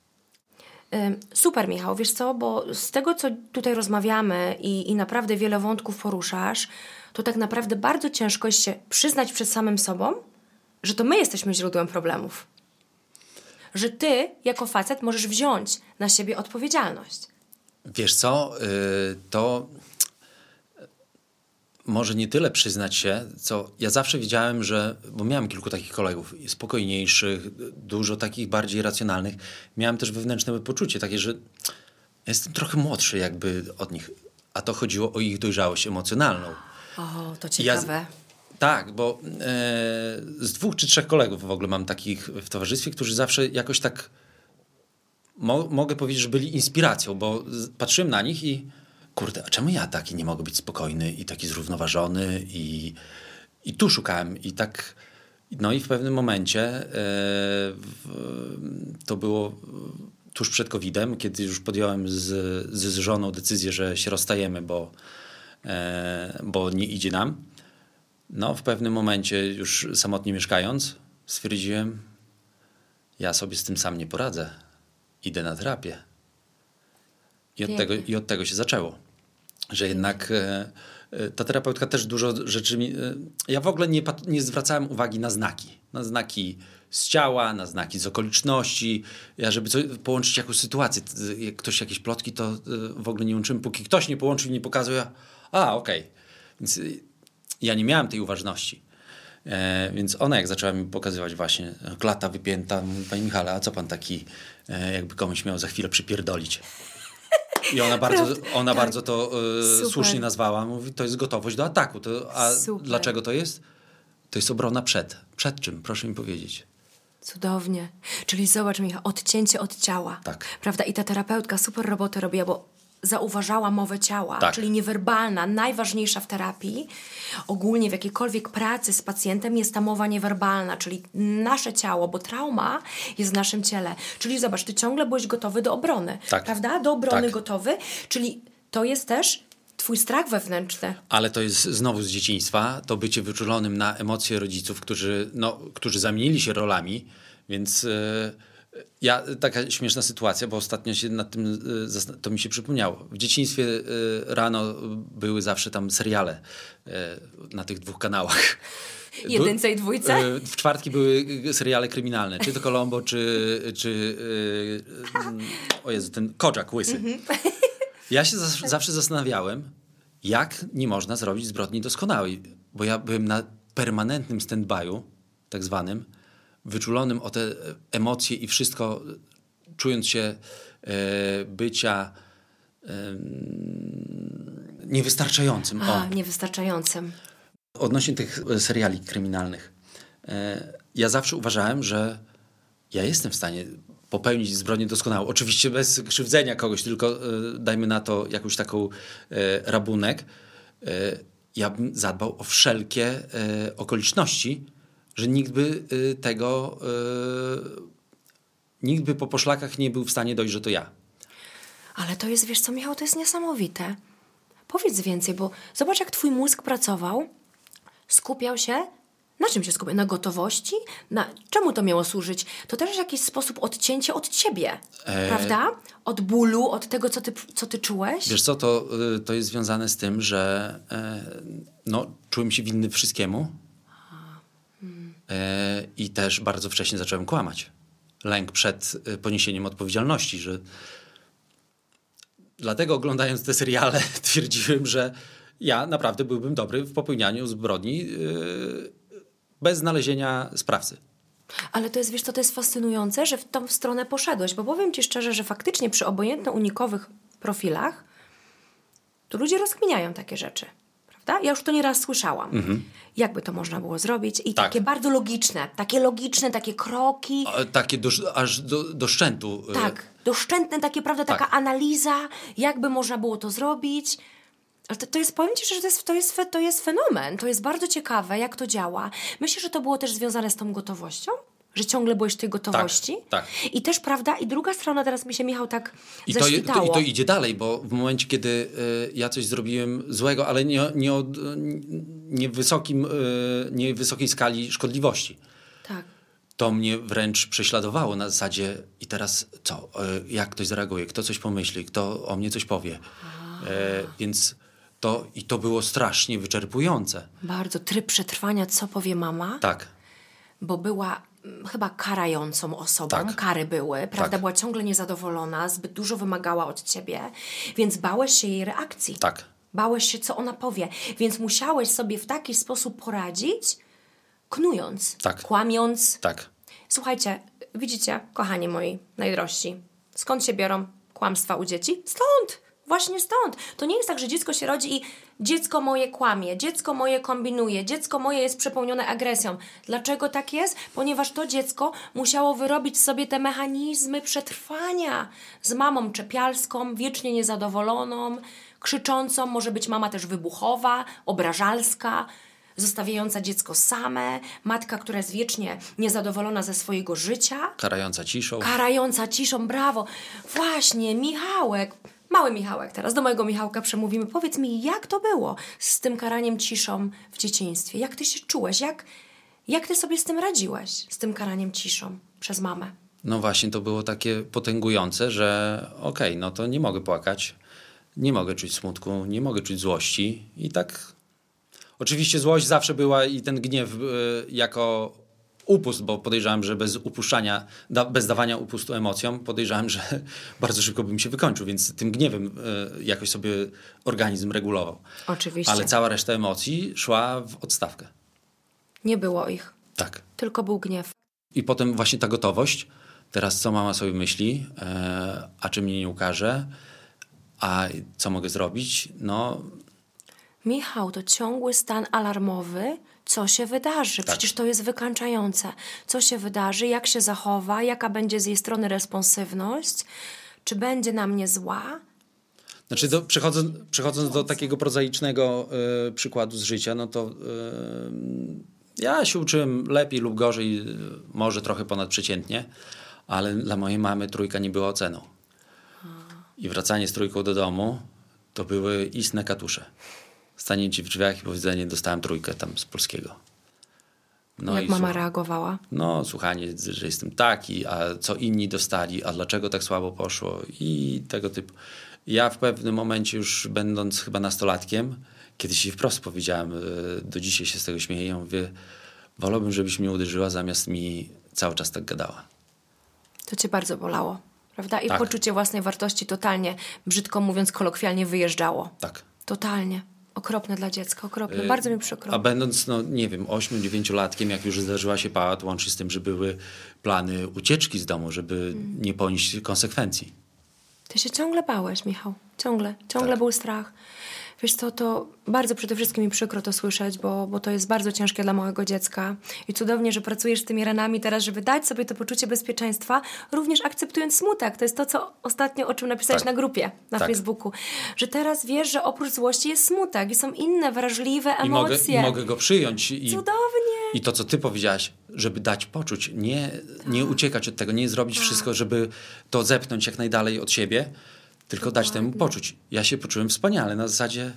Ym, super, Michał, wiesz co, bo z tego, co tutaj rozmawiamy i, i naprawdę wiele wątków poruszasz, to tak naprawdę bardzo ciężko jest się przyznać przed samym sobą, że to my jesteśmy źródłem problemów. Że ty, jako facet, możesz wziąć na siebie odpowiedzialność. Wiesz co, to może nie tyle przyznać się, co ja zawsze wiedziałem, że, bo miałem kilku takich kolegów spokojniejszych, dużo takich bardziej racjonalnych. Miałem też wewnętrzne poczucie takie, że jestem trochę młodszy jakby od nich, a to chodziło o ich dojrzałość emocjonalną. O, to ciekawe. Ja z... Tak, bo e, z dwóch czy trzech kolegów w ogóle mam takich w towarzystwie, którzy zawsze jakoś tak mo- mogę powiedzieć, że byli inspiracją, bo z, patrzyłem na nich i kurde, a czemu ja taki nie mogę być spokojny i taki zrównoważony i, i tu szukałem i tak, no i w pewnym momencie e, w, to było tuż przed kowidem, kiedy już podjąłem z, z żoną decyzję, że się rozstajemy, bo, e, bo nie idzie nam. No, w pewnym momencie już samotnie mieszkając stwierdziłem, ja sobie z tym sam nie poradzę. Idę na terapię. I od, tego, i od tego się zaczęło. Że jednak e, ta terapeutka też dużo rzeczy mi... E, ja w ogóle nie, nie zwracałem uwagi na znaki. Na znaki z ciała, na znaki z okoliczności. Ja, żeby coś, połączyć jakąś sytuację. Jak ktoś jakieś plotki, to e, w ogóle nie łączymy. Póki ktoś nie połączył i nie pokazał, ja, A, okej. Okay. Więc ja nie miałem tej uważności. E, więc ona jak zaczęła mi pokazywać właśnie klata wypięta, mówi, panie Michale, a co pan taki e, jakby komuś miał za chwilę przypierdolić? I ona bardzo, ona tak. bardzo to e, słusznie nazwała. Mówi, to jest gotowość do ataku. To, a Super. Dlaczego to jest? To jest obrona przed. Przed czym? Proszę mi powiedzieć. Cudownie. Czyli zobacz, Michał, odcięcie od ciała. Tak. Prawda? I ta terapeutka super robotę robiła, bo zauważała mowę ciała, tak. czyli niewerbalna, najważniejsza w terapii. Ogólnie w jakiejkolwiek pracy z pacjentem jest ta mowa niewerbalna, czyli nasze ciało, bo trauma jest w naszym ciele. Czyli zobacz, ty ciągle byłeś gotowy do obrony, tak. prawda? Do obrony tak. gotowy, czyli to jest też twój strach wewnętrzny. Ale to jest znowu z dzieciństwa, to bycie wyczulonym na emocje rodziców, którzy, no, którzy zamienili się rolami, więc... Yy... Ja, taka śmieszna sytuacja, bo ostatnio się nad tym, to mi się przypomniało. W dzieciństwie rano były zawsze tam seriale na tych dwóch kanałach. Jedynce i dwójce? W czwartki były seriale kryminalne, czy to Columbo, czy, czy o Jezu, ten Kojak łysy. Mm-hmm. Ja się z- zawsze zastanawiałem, jak nie można zrobić zbrodni doskonałej, bo ja byłem na permanentnym stand-by'u, tak zwanym, wyczulonym o te emocje i wszystko, czując się e, bycia e, niewystarczającym. A, o. niewystarczającym. Odnośnie tych seriali kryminalnych. E, ja zawsze uważałem, że ja jestem w stanie popełnić zbrodnię doskonałą. Oczywiście bez krzywdzenia kogoś, tylko e, dajmy na to jakąś taką e, rabunek. E, ja bym zadbał o wszelkie e, okoliczności, że nikt by y, tego, y, nikt by po poszlakach nie był w stanie dojść, że to ja. Ale to jest, wiesz co, Michał, to jest niesamowite. Powiedz więcej, bo zobacz, jak twój mózg pracował, skupiał się, na czym się skupiał? Na gotowości? Na czemu to miało służyć? To też w jakiś sposób odcięcie od ciebie, e... prawda? Od bólu, od tego, co ty, co ty czułeś? Wiesz co, to, to jest związane z tym, że e, no, czułem się winny wszystkiemu. I też bardzo wcześnie zacząłem kłamać. Lęk przed poniesieniem odpowiedzialności, że dlatego oglądając te seriale twierdziłem, że ja naprawdę byłbym dobry w popełnianiu zbrodni yy, bez znalezienia sprawcy. Ale to jest, wiesz co, to jest fascynujące, że w tą stronę poszedłeś, bo powiem ci szczerze, że faktycznie przy obojętno-unikowych profilach to ludzie rozkminiają takie rzeczy. Prawda? Ja już to nieraz słyszałam. Mhm. Jakby to można było zrobić. I tak. takie bardzo logiczne, takie logiczne, takie kroki. A, takie do, aż do, do szczętu. Tak, doszczętne takie, prawda, tak. taka analiza, jakby można było to zrobić. Ale to, to jest, powiem ci, że to jest, to, jest, to jest fenomen. To jest bardzo ciekawe, jak to działa. Myślę, że to było też związane z tą gotowością? Że ciągle byłeś w tej gotowości? Tak, tak. I też, prawda, i druga strona, teraz mi się, Michał, tak I to, to, I to idzie dalej, bo w momencie, kiedy y, ja coś zrobiłem złego, ale nie, nie o nie wysokim, y, nie wysokiej skali szkodliwości. Tak. To mnie wręcz prześladowało na zasadzie i teraz co? Y, jak ktoś zareaguje? Kto coś pomyśli? Kto o mnie coś powie? Y, więc to, i to było strasznie wyczerpujące. Bardzo. Tryb przetrwania, co powie mama? Tak. Bo była chyba karającą osobą. Tak. Kary były, prawda? Tak. Była ciągle niezadowolona, zbyt dużo wymagała od ciebie, więc bałeś się jej reakcji. Tak. Bałeś się, co ona powie. Więc musiałeś sobie w taki sposób poradzić, knując, tak. kłamiąc. Tak. Słuchajcie, widzicie, kochani moi najdrożsi, skąd się biorą kłamstwa u dzieci? Stąd! Właśnie stąd. To nie jest tak, że dziecko się rodzi i dziecko moje kłamie, dziecko moje kombinuje, dziecko moje jest przepełnione agresją. Dlaczego tak jest? Ponieważ to dziecko musiało wyrobić sobie te mechanizmy przetrwania z mamą czepialską, wiecznie niezadowoloną, krzyczącą, może być mama też wybuchowa, obrażalska, zostawiająca dziecko same, matka, która jest wiecznie niezadowolona ze swojego życia. Karająca ciszą. Karająca ciszą, brawo. Właśnie, Michałek. Mały Michałek teraz, do mojego Michałka przemówimy. Powiedz mi, jak to było z tym karaniem ciszą w dzieciństwie? Jak ty się czułeś? Jak, jak ty sobie z tym radziłeś? Z tym karaniem ciszą przez mamę? No właśnie, to było takie potęgujące, że okej, okay, no to nie mogę płakać, nie mogę czuć smutku, nie mogę czuć złości i tak... Oczywiście złość zawsze była i ten gniew y, jako upust, bo podejrzewam, że bez upuszczania, da, bez dawania upustu emocjom, podejrzewam, że bardzo szybko bym się wykończył, więc tym gniewem y, jakoś sobie organizm regulował. Oczywiście. Ale cała reszta emocji szła w odstawkę. Nie było ich. Tak. Tylko był gniew. I potem właśnie ta gotowość. Teraz co mama sobie myśli, e, a czy mnie nie ukaże, a co mogę zrobić? No... Michał, to ciągły stan alarmowy. Co się wydarzy? Tak. Przecież to jest wykańczające. Co się wydarzy? Jak się zachowa? Jaka będzie z jej strony responsywność? Czy będzie na mnie zła? Znaczy, do, przechodząc, przechodząc do takiego prozaicznego y, przykładu z życia, no to y, ja się uczyłem lepiej lub gorzej, y, może trochę ponadprzeciętnie, ale dla mojej mamy trójka nie była oceną. I wracanie z trójką do domu to były istne katusze. Stanie ci w drzwiach i powiedzenie, dostałem trójkę tam z polskiego. No Jak i mama słuch- reagowała? No, słuchanie, że jestem taki, a co inni dostali, a dlaczego tak słabo poszło i tego typu. Ja w pewnym momencie już będąc chyba nastolatkiem, kiedyś jej wprost powiedziałem, do dzisiaj się z tego śmieję, ja mówię, wolałbym, żebyś mnie uderzyła, zamiast mi cały czas tak gadała. To cię bardzo bolało, prawda? I Tak. poczucie własnej wartości totalnie, brzydko mówiąc, kolokwialnie wyjeżdżało. Tak. Totalnie. Okropne dla dziecka, okropne. Bardzo mi przykro. A będąc, no nie wiem, ośmiu, dziewięciolatkiem, jak już zdarzyła się pałac, łącznie z tym, że były plany ucieczki z domu, żeby hmm. nie ponieść konsekwencji. Ty się ciągle bałeś, Michał. Ciągle. Ciągle Tak. był strach. Wiesz co, to bardzo przede wszystkim mi przykro to słyszeć, bo, bo to jest bardzo ciężkie dla małego dziecka. I cudownie, że pracujesz z tymi ranami teraz, żeby dać sobie to poczucie bezpieczeństwa, również akceptując smutek. To jest to, co ostatnio, o czym napisałeś Tak. na grupie, na Tak. Facebooku. Że teraz wiesz, że oprócz złości jest smutek i są inne wrażliwe I mogę, emocje. I mogę go przyjąć. I, Cudownie. I to, co ty powiedziałaś, żeby dać poczuć, nie, nie uciekać od tego, nie zrobić wszystko, żeby to zepchnąć jak najdalej od siebie, tylko dać temu poczuć. Ja się poczułem wspaniale, na zasadzie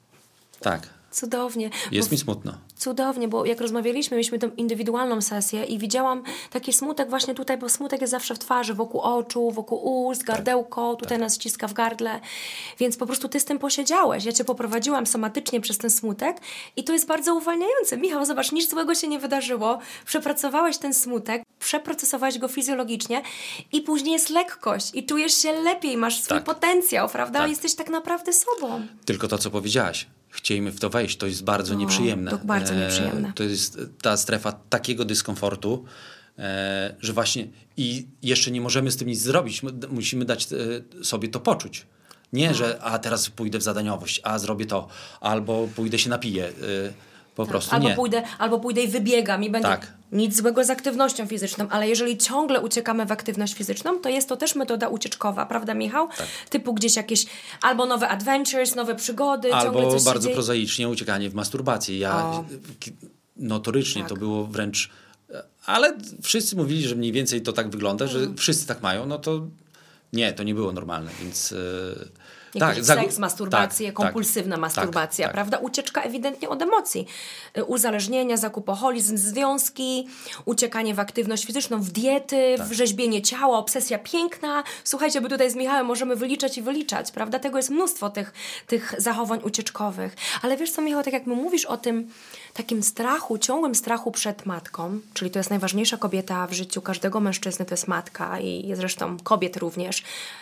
tak, Cudownie. jest Bo mi smutno. Cudownie, bo jak rozmawialiśmy, mieliśmy tą indywidualną sesję i widziałam taki smutek właśnie tutaj, bo smutek jest zawsze w twarzy, wokół oczu, wokół ust, gardełko, tutaj tak. nas ściska w gardle, więc po prostu ty z tym posiedziałeś. Ja cię poprowadziłam somatycznie przez ten smutek i to jest bardzo uwalniające. Michał, zobacz, nic złego się nie wydarzyło, przepracowałeś ten smutek, przeprocesowałeś go fizjologicznie i później jest lekkość i czujesz się lepiej, masz swój tak. potencjał, prawda? Tak. Jesteś tak naprawdę sobą. Tylko to, co powiedziałaś, chcieliśmy w to wejść, to jest bardzo O, nieprzyjemne. to bardzo nieprzyjemne. E, to jest ta strefa takiego dyskomfortu, e, że właśnie i jeszcze nie możemy z tym nic zrobić. Musimy dać e, sobie to poczuć. Nie, że a teraz pójdę w zadaniowość, a zrobię to, albo pójdę się napiję. E, po tak. prostu albo nie. Pójdę, albo pójdę i wybiegam i będę... Tak. Nic złego z aktywnością fizyczną, ale jeżeli ciągle uciekamy w aktywność fizyczną, to jest to też metoda ucieczkowa, prawda, Michał? Tak. Typu gdzieś jakieś albo nowe adventures, nowe przygody, ciągle Albo coś bardzo się dzieje. prozaicznie uciekanie w masturbację. Ja O. notorycznie Tak. to było wręcz... Ale wszyscy mówili, że mniej więcej to tak wygląda, że wszyscy tak mają, no to nie, to nie było normalne, więc... Yy, tak, zagu- seks, masturbację, tak, kompulsywna tak, masturbacja, tak, tak. prawda? Ucieczka ewidentnie od emocji. Y, Uzależnienia, zakupoholizm, związki, uciekanie w aktywność fizyczną, w diety, Tak. w rzeźbienie ciała, obsesja piękna. Słuchajcie, bo tutaj z Michałem możemy wyliczać i wyliczać, prawda? Tego jest mnóstwo tych, tych zachowań ucieczkowych. Ale wiesz co, Michał, tak jak mówisz o tym takim strachu, ciągłym strachu przed matką, czyli to jest najważniejsza kobieta w życiu każdego mężczyzny, to jest matka i zresztą kobiet również.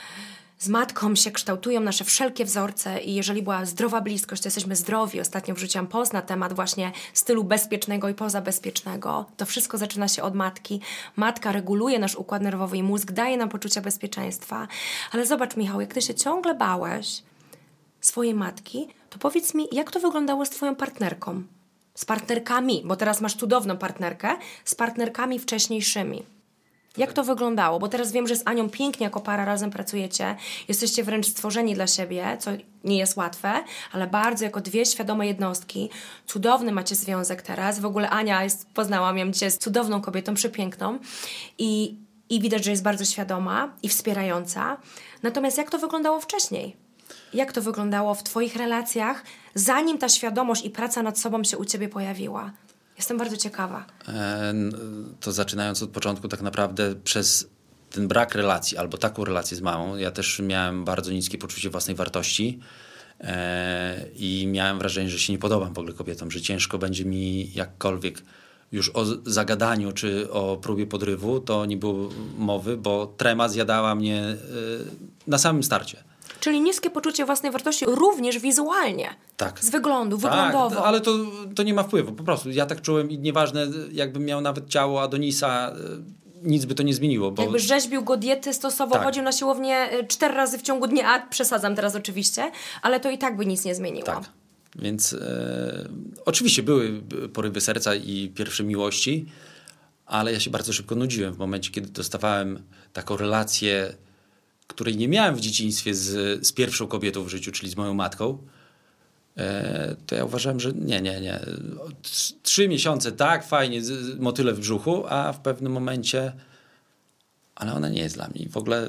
Z matką się kształtują nasze wszelkie wzorce i jeżeli była zdrowa bliskość, to jesteśmy zdrowi. Ostatnio wrzuciłam post na temat właśnie stylu bezpiecznego i pozabezpiecznego. To wszystko zaczyna się od matki. Matka reguluje nasz układ nerwowy i mózg, daje nam poczucie bezpieczeństwa. Ale zobacz, Michał, jak ty się ciągle bałeś swojej matki, to powiedz mi, jak to wyglądało z twoją partnerką? Z partnerkami, bo teraz masz cudowną partnerkę, z partnerkami wcześniejszymi. Jak to wyglądało? Bo teraz wiem, że z Anią pięknie jako para razem pracujecie. Jesteście wręcz stworzeni dla siebie, co nie jest łatwe, ale bardzo jako dwie świadome jednostki. Cudowny macie związek teraz. W ogóle Ania jest, poznałam ją dzisiaj, jest cudowną kobietą, przepiękną. I, i widać, że jest bardzo świadoma i wspierająca. Natomiast jak to wyglądało wcześniej? Jak to wyglądało w twoich relacjach, zanim ta świadomość i praca nad sobą się u ciebie pojawiła? Jestem bardzo ciekawa. E, to zaczynając od początku, tak naprawdę przez ten brak relacji albo taką relację z mamą, ja też miałem bardzo niskie poczucie własnej wartości e, i miałem wrażenie, że się nie podobam w ogóle kobietom, że ciężko będzie mi jakkolwiek już o zagadaniu czy o próbie podrywu, to nie było mowy, bo trema zjadała mnie y, na samym starcie. Czyli niskie poczucie własnej wartości również wizualnie. Tak. Z wyglądu, tak, wyglądowo. Ale to, to nie ma wpływu, po prostu. Ja tak czułem i nieważne, jakbym miał nawet ciało Adonisa, nic by to nie zmieniło. Bo... Jakby rzeźbił go diety, stosował, tak. chodził na siłownię cztery razy w ciągu dnia, przesadzam teraz oczywiście, ale to i tak by nic nie zmieniło. Tak. Więc e, oczywiście były porywy serca i pierwsze miłości, ale ja się bardzo szybko nudziłem w momencie, kiedy dostawałem taką relację, której nie miałem w dzieciństwie z, z pierwszą kobietą w życiu, czyli z moją matką. E, to ja uważałem, że nie, nie, nie. Trzy miesiące, tak, fajnie, z, motyle w brzuchu, a w pewnym momencie ale ona nie jest dla mnie. W ogóle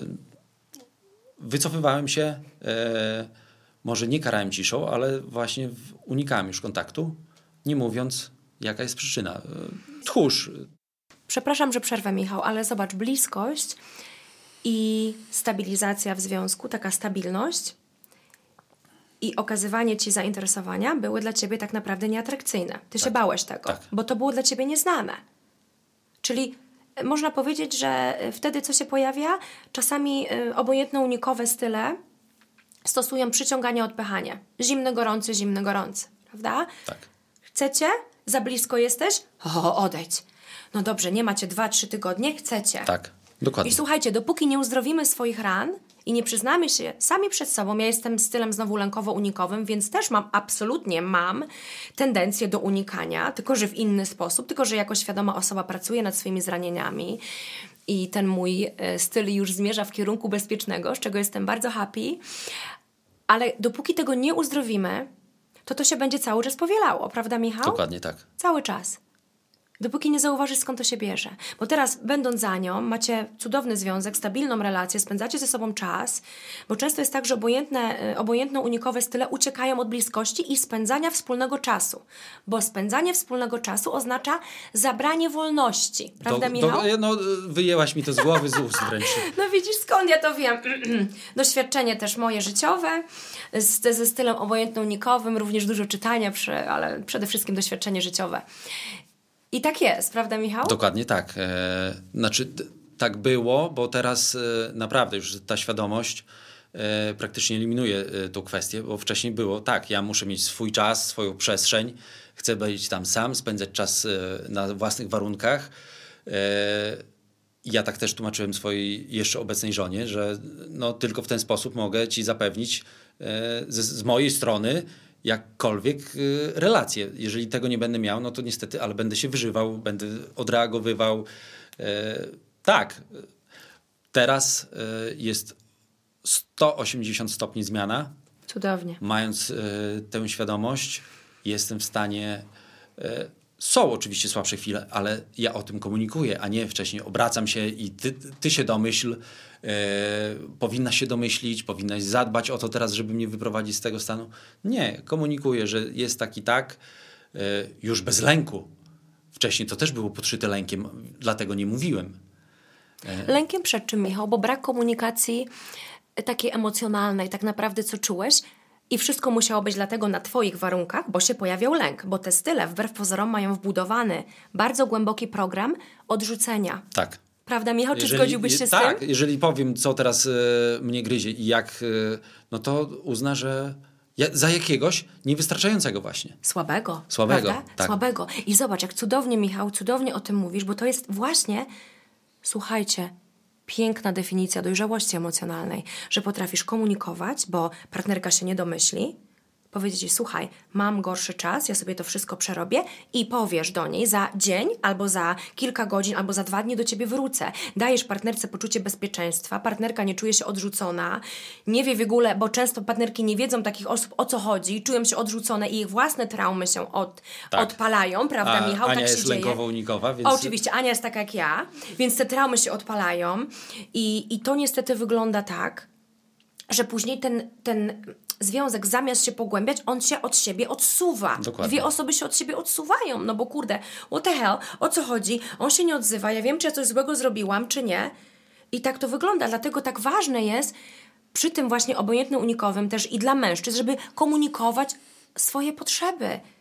wycofywałem się, e, może nie karałem ciszą, ale właśnie unikałem już kontaktu, nie mówiąc, jaka jest przyczyna. Tchórz. Przepraszam, że przerwę, Michał, ale zobacz, bliskość i stabilizacja w związku, taka stabilność i okazywanie ci zainteresowania były dla ciebie tak naprawdę nieatrakcyjne. Ty tak. się bałeś tego, tak. bo to było dla ciebie nieznane. Czyli można powiedzieć, że wtedy co się pojawia? Czasami obojętne unikowe style stosują przyciąganie, odpychanie. Zimny, gorący, zimny, gorący. Prawda? Tak. Chcecie? Za blisko jesteś? O, odejdź. No dobrze, nie macie dwa, trzy tygodnie? Chcecie. Tak, dokładnie. I słuchajcie, dopóki nie uzdrowimy swoich ran i nie przyznamy się sami przed sobą, ja jestem stylem znowu lękowo-unikowym, więc też mam, absolutnie mam tendencję do unikania, tylko że w inny sposób, tylko że jako świadoma osoba pracuję nad swoimi zranieniami i ten mój styl już zmierza w kierunku bezpiecznego, z czego jestem bardzo happy, ale dopóki tego nie uzdrowimy, to to się będzie cały czas powielało, prawda, Michał? Dokładnie tak. Cały czas. Dopóki nie zauważysz, skąd to się bierze. Bo teraz, będąc za nią, macie cudowny związek, stabilną relację, spędzacie ze sobą czas, bo często jest tak, że obojętne, obojętno-unikowe style uciekają od bliskości i spędzania wspólnego czasu. Bo spędzanie wspólnego czasu oznacza zabranie wolności. Prawda, do, Michał? Do, no, wyjęłaś mi to z głowy, z ust wręcz. No widzisz, skąd ja to wiem? Doświadczenie też moje życiowe, z, ze stylem obojętno-unikowym, również dużo czytania, przy, ale przede wszystkim doświadczenie życiowe. I tak jest, prawda, Michał? Dokładnie tak. E, znaczy, t- tak było, bo teraz e, naprawdę już ta świadomość e, praktycznie eliminuje e, tą kwestię, bo wcześniej było tak, ja muszę mieć swój czas, swoją przestrzeń, chcę być tam sam, spędzać czas e, na własnych warunkach. E, ja tak też tłumaczyłem swojej jeszcze obecnej żonie, że no, tylko w ten sposób mogę ci zapewnić e, z, z mojej strony jakkolwiek y, relacje. Jeżeli tego nie będę miał, no to niestety, ale będę się wyżywał, będę odreagowywał. E, tak, teraz e, jest sto osiemdziesiąt stopni zmiana. Cudownie. Mając e, tę świadomość, jestem w stanie... E, są oczywiście słabsze chwile, ale ja o tym komunikuję, a nie wcześniej obracam się i ty, ty się domyśl, e, powinnaś się domyślić, powinnaś zadbać o to teraz, żeby mnie wyprowadzić z tego stanu. Nie, komunikuję, że jest tak i tak, e, już bez lęku. Wcześniej to też było podszyte lękiem, dlatego nie mówiłem. E... Lękiem przed czym, Michał? Bo brak komunikacji takiej emocjonalnej, tak naprawdę co czułeś, i wszystko musiało być dlatego na twoich warunkach, bo się pojawiał lęk, bo te style wbrew pozorom mają wbudowany bardzo głęboki program odrzucenia. Tak. Prawda, Michał? Czy jeżeli, zgodziłbyś się je, z tak, tym? jeżeli powiem, co teraz e, mnie gryzie i jak, e, no to uzna, że ja, za jakiegoś niewystarczającego właśnie. Słabego. Słabego, prawda? tak. Słabego. I zobacz, jak cudownie, Michał, cudownie o tym mówisz, bo to jest właśnie, słuchajcie, piękna definicja dojrzałości emocjonalnej, że potrafisz komunikować, bo partnerka się nie domyśli, powiedzieć jej, słuchaj, mam gorszy czas, ja sobie to wszystko przerobię i powiesz do niej za dzień, albo za kilka godzin, albo za dwa dni do ciebie wrócę. Dajesz partnerce poczucie bezpieczeństwa, partnerka nie czuje się odrzucona, nie wie w ogóle, bo często partnerki nie wiedzą takich osób, o co chodzi, czują się odrzucone i ich własne traumy się od, tak. odpalają, prawda, A Michał? Ania tak się jest dzieje. lękowo-unikowa, więc... Oczywiście, Ania jest taka jak ja, więc te traumy się odpalają i, i to niestety wygląda tak, że później ten, ten związek zamiast się pogłębiać, on się od siebie odsuwa. Dokładnie. Dwie osoby się od siebie odsuwają, no bo kurde, what the hell, o co chodzi? On się nie odzywa, ja wiem, czy ja coś złego zrobiłam, czy nie. I tak to wygląda, dlatego tak ważne jest przy tym właśnie obojętnym unikowym też i dla mężczyzn, żeby komunikować swoje potrzeby.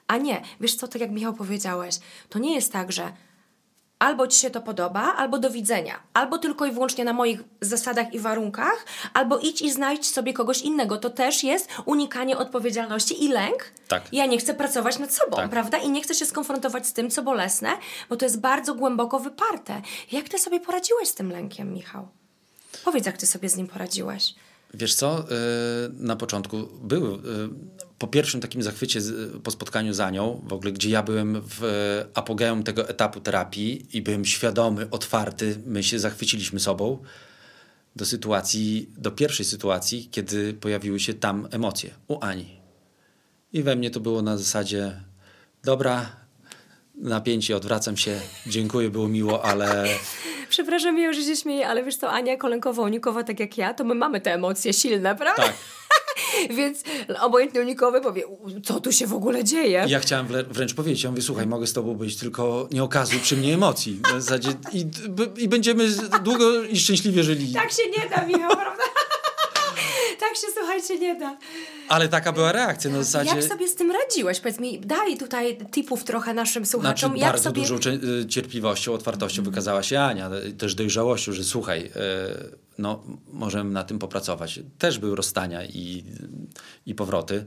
A nie, wiesz co, tak jak Michał powiedziałeś, to nie jest tak, że albo ci się to podoba, albo do widzenia. Albo tylko i wyłącznie na moich zasadach i warunkach, albo idź i znajdź sobie kogoś innego. To też jest unikanie odpowiedzialności i lęk. Tak. Ja nie chcę pracować nad sobą, tak. prawda? I nie chcę się skonfrontować z tym, co bolesne, bo to jest bardzo głęboko wyparte. Jak ty sobie poradziłeś z tym lękiem, Michał? Powiedz, jak ty sobie z nim poradziłeś. Wiesz co, na początku był, po pierwszym takim zachwycie po spotkaniu z Anią, w ogóle gdzie ja byłem w apogeum tego etapu terapii i byłem świadomy, otwarty, my się zachwyciliśmy sobą, do sytuacji, do pierwszej sytuacji, kiedy pojawiły się tam emocje u Ani. I we mnie to było na zasadzie, dobra, napięcie, odwracam się, dziękuję, było miło, ale... Przepraszam, Michał, że się śmieję, ale wiesz co, Ania kolenkowo-unikowa, tak jak ja, to my mamy te emocje silne, prawda? Tak. Więc obojętnie unikowy powie, co tu się w ogóle dzieje? Ja chciałem wręcz powiedzieć, ja mówię, słuchaj, mogę z tobą być, tylko nie okazuj przy mnie emocji. W zasadzie i, i będziemy długo i szczęśliwie żyli. Tak się nie da, Michał, prawda? Tak się, słuchajcie, nie da. Ale taka była reakcja na zasadzie... Jak sobie z tym radziłeś? Powiedz mi, daj tutaj tipów trochę naszym słuchaczom. Znaczy, jak bardzo sobie... dużą cierpliwością, otwartością mm. wykazała się Ania. Też dojrzałością, że słuchaj, no możemy na tym popracować. Też były rozstania i, i powroty,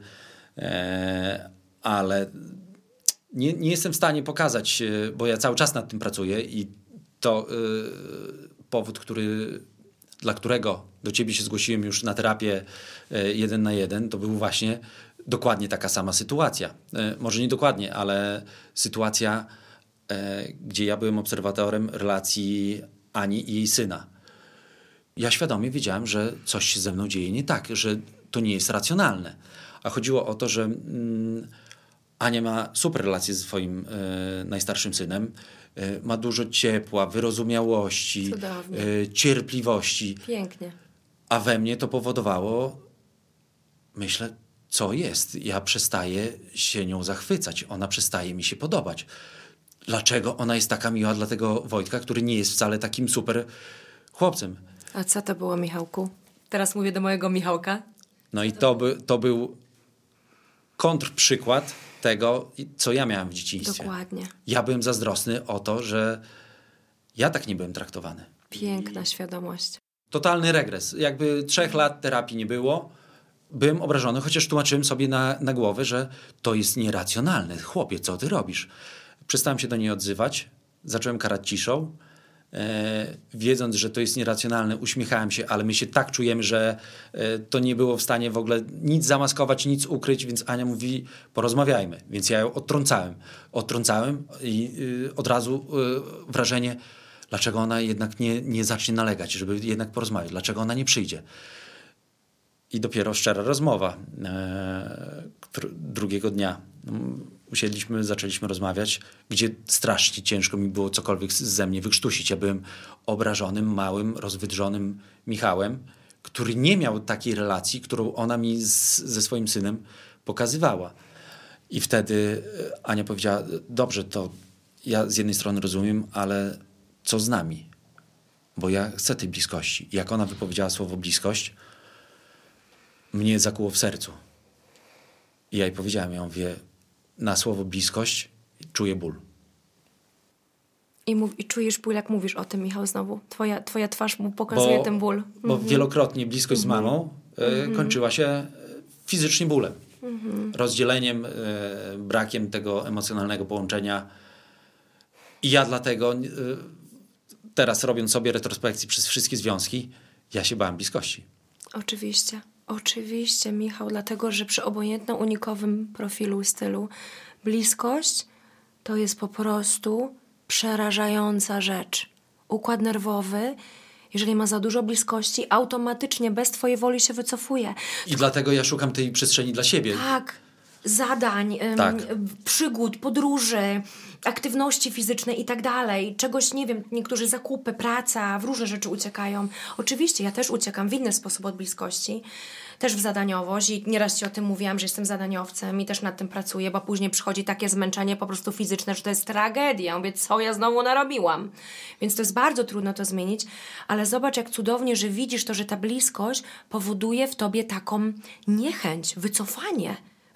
ale nie, nie jestem w stanie pokazać, bo ja cały czas nad tym pracuję i to powód, który... dla którego do ciebie się zgłosiłem już na terapię jeden na jeden, to był właśnie dokładnie taka sama sytuacja. Może nie dokładnie, ale sytuacja, gdzie ja byłem obserwatorem relacji Ani i jej syna. Ja świadomie wiedziałem, że coś się ze mną dzieje nie tak, że to nie jest racjonalne. A chodziło o to, że mm, Ania ma super relację ze swoim y, najstarszym synem, ma dużo ciepła, wyrozumiałości, y, cierpliwości. Pięknie. A we mnie to powodowało, myślę, co jest? Ja przestaję się nią zachwycać. Ona przestaje mi się podobać. Dlaczego ona jest taka miła dla tego Wojtka, który nie jest wcale takim super chłopcem? A co to było, Michałku? Teraz mówię do mojego Michałka. No i to, by, to był kontrprzykład tego, co ja miałem w dzieciństwie. Dokładnie. Ja byłem zazdrosny o to, że ja tak nie byłem traktowany. Piękna świadomość. Totalny regres. Jakby trzech lat terapii nie było, byłem obrażony, chociaż tłumaczyłem sobie na, na głowę, że to jest nieracjonalne. Chłopie, co ty robisz? Przestałem się do niej odzywać, zacząłem karać ciszą. E, wiedząc, że to jest nieracjonalne, uśmiechałem się, ale my się tak czujemy, że e, to nie było w stanie w ogóle nic zamaskować, nic ukryć, więc Ania mówi, porozmawiajmy. Więc ja ją odtrącałem. Odtrącałem i y, od razu y, wrażenie, dlaczego ona jednak nie, nie zacznie nalegać, żeby jednak porozmawiać, dlaczego ona nie przyjdzie. I dopiero szczera rozmowa e, drugiego dnia. Usiedliśmy, zaczęliśmy rozmawiać, gdzie strasznie ciężko mi było cokolwiek ze mnie wykrztusić. Ja byłem obrażonym, małym, rozwydrzonym Michałem, który nie miał takiej relacji, którą ona mi z, ze swoim synem pokazywała. I wtedy Ania powiedziała, dobrze, to ja z jednej strony rozumiem, ale co z nami? Bo ja chcę tej bliskości. I jak ona wypowiedziała słowo bliskość, mnie zakuło w sercu. I ja jej powiedziałem, ja mówię, na słowo bliskość czuję ból. I, mów, I czujesz ból, jak mówisz o tym, Michał, znowu. Twoja, twoja twarz mu pokazuje bo, ten ból. Bo mhm. wielokrotnie bliskość mhm. z mamą e, mhm. kończyła się fizycznie bólem. Mhm. Rozdzieleniem, e, brakiem tego emocjonalnego połączenia. I ja dlatego, e, teraz robiąc sobie retrospekcję przez wszystkie związki, ja się bałem bliskości. Oczywiście. Oczywiście, Michał, dlatego, że przy obojętnym unikowym profilu, stylu bliskość to jest po prostu przerażająca rzecz. Układ nerwowy, jeżeli ma za dużo bliskości, automatycznie bez twojej woli się wycofuje. I dlatego ja szukam tej przestrzeni dla siebie. Tak, zadań, tak. ym, przygód, podróży, aktywności fizycznej i tak dalej. Czegoś, nie wiem, niektórzy zakupy, praca, w różne rzeczy uciekają. Oczywiście, ja też uciekam w inny sposób od bliskości. Też w zadaniowość i nieraz ci o tym mówiłam, że jestem zadaniowcem i też nad tym pracuję, bo później przychodzi takie zmęczenie po prostu fizyczne, że to jest tragedia. Mówię, co ja znowu narobiłam? Więc to jest bardzo trudno to zmienić, ale zobacz, jak cudownie, że widzisz to, że ta bliskość powoduje w tobie taką niechęć, wycofanie.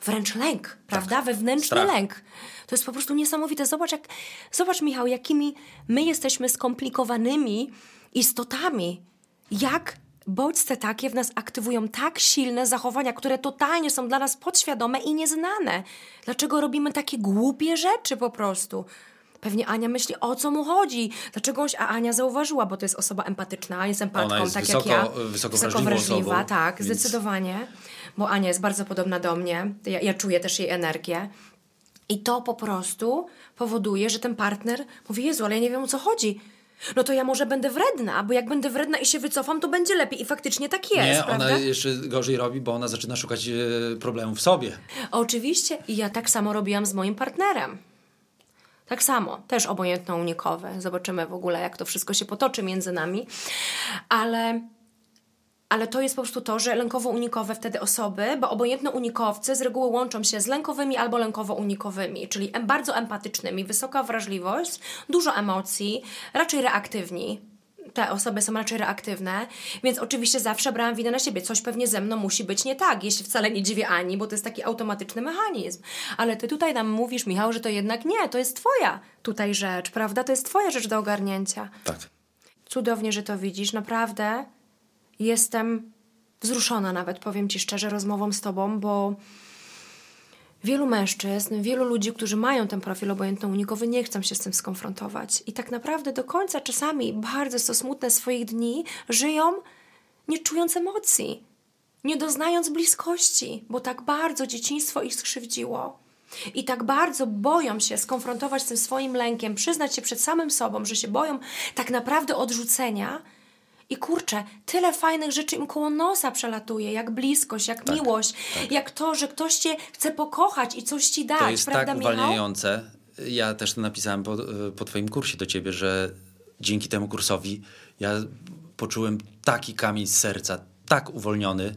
wręcz lęk, prawda? Tak. Wewnętrzny Strach. lęk. To jest po prostu niesamowite. Zobacz, jak, zobacz, Michał, jakimi my jesteśmy skomplikowanymi istotami. Jak bodźce takie w nas aktywują tak silne zachowania, które totalnie są dla nas podświadome i nieznane. Dlaczego robimy takie głupie rzeczy po prostu? Pewnie Ania myśli, o co mu chodzi? Dlaczego? A Ania zauważyła, bo to jest osoba empatyczna, jest empatką, Ona jest tak wysoko, jak ja. wysoko Wysoko wrażliwą wrażliwa, osobą, tak, więc... zdecydowanie. Bo Ania jest bardzo podobna do mnie. Ja, ja czuję też jej energię. I to po prostu powoduje, że ten partner mówi, Jezu, ale ja nie wiem, o co chodzi. No to ja może będę wredna, bo jak będę wredna i się wycofam, to będzie lepiej. I faktycznie tak jest, Nie, prawda? ona jeszcze gorzej robi, bo ona zaczyna szukać e, problemów w sobie. Oczywiście. I ja tak samo robiłam z moim partnerem. Tak samo. Też obojętno-unikowe. Zobaczymy w ogóle, jak to wszystko się potoczy między nami. Ale... Ale to jest po prostu to, że lękowo-unikowe wtedy osoby, bo obojętno-unikowcy z reguły łączą się z lękowymi albo lękowo-unikowymi, czyli em, bardzo empatycznymi, wysoka wrażliwość, dużo emocji, raczej reaktywni. Te osoby są raczej reaktywne, więc oczywiście zawsze brałam winę na siebie. Coś pewnie ze mną musi być nie tak. Ja się wcale nie dziwię Ani, bo to jest taki automatyczny mechanizm. Ale ty tutaj nam mówisz, Michał, że to jednak nie, to jest twoja tutaj rzecz, prawda? To jest twoja rzecz do ogarnięcia. Tak. Cudownie, że to widzisz, naprawdę. Jestem wzruszona nawet, powiem ci szczerze, rozmową z tobą, bo wielu mężczyzn, wielu ludzi, którzy mają ten profil obojętno-unikowy, nie chcą się z tym skonfrontować. I tak naprawdę do końca czasami, bardzo jest to smutne, swoich dni żyją nie czując emocji, nie doznając bliskości, bo tak bardzo dzieciństwo ich skrzywdziło. I tak bardzo boją się skonfrontować z tym swoim lękiem, przyznać się przed samym sobą, że się boją tak naprawdę odrzucenia. I kurczę, tyle fajnych rzeczy im koło nosa przelatuje, jak bliskość, jak tak, miłość, tak. jak to, że ktoś cię chce pokochać i coś ci dać, To jest prawda, tak Michał? uwalniające. Ja też to napisałem po, po twoim kursie do ciebie, że dzięki temu kursowi ja poczułem taki kamień z serca, tak uwolniony,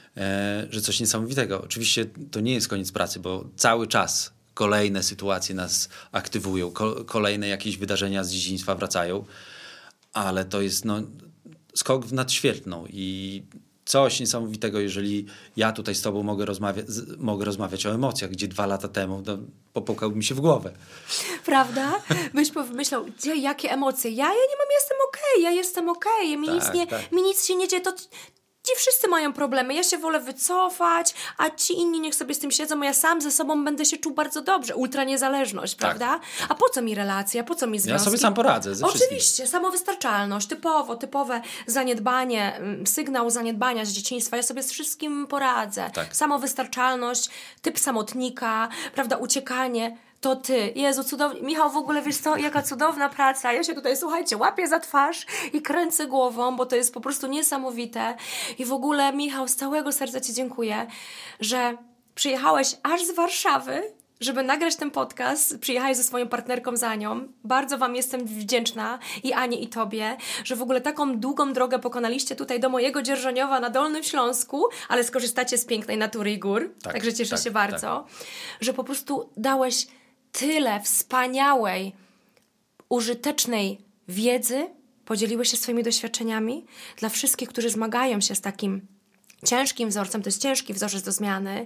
e, że coś niesamowitego. Oczywiście to nie jest koniec pracy, bo cały czas kolejne sytuacje nas aktywują, ko- kolejne jakieś wydarzenia z dzieciństwa wracają, ale to jest no, skok w nadświetlną i coś niesamowitego, jeżeli ja tutaj z tobą mogę, rozmawia- z, mogę rozmawiać o emocjach, gdzie dwa lata temu no, popukał mi się w głowę. Prawda? Byś pomyślał, gdzie, jakie emocje? Ja, ja nie mam, jestem okej, okay, ja jestem okej, okay, mi, Tak, nic nie, tak. mi nic się nie dzieje, to ci wszyscy mają problemy, ja się wolę wycofać, a ci inni niech sobie z tym siedzą, a ja sam ze sobą będę się czuł bardzo dobrze. Ultraniezależność, Tak. prawda? A po co mi relacja, po co mi związki? Ja sobie sam poradzę ze wszystkim. Oczywiście, samowystarczalność, typowo, typowe zaniedbanie, sygnał zaniedbania z dzieciństwa, ja sobie z wszystkim poradzę. Tak. Samowystarczalność, typ samotnika, prawda, uciekanie. To ty. Jezu, cudownie. Michał, w ogóle wiesz co, jaka cudowna praca. Ja się tutaj, słuchajcie, łapię za twarz i kręcę głową, bo to jest po prostu niesamowite. I w ogóle, Michał, z całego serca ci dziękuję, że przyjechałeś aż z Warszawy, żeby nagrać ten podcast. Przyjechałeś ze swoją partnerką za nią. Bardzo wam jestem wdzięczna, i Ani, i tobie, że w ogóle taką długą drogę pokonaliście tutaj do mojego Dzierżoniowa na Dolnym Śląsku, ale skorzystacie z pięknej natury i gór. Tak, Także cieszę tak, się bardzo, że po prostu dałeś tyle wspaniałej, użytecznej wiedzy, podzieliłeś się swoimi doświadczeniami dla wszystkich, którzy zmagają się z takim ciężkim wzorcem, to jest ciężki wzorzec do zmiany,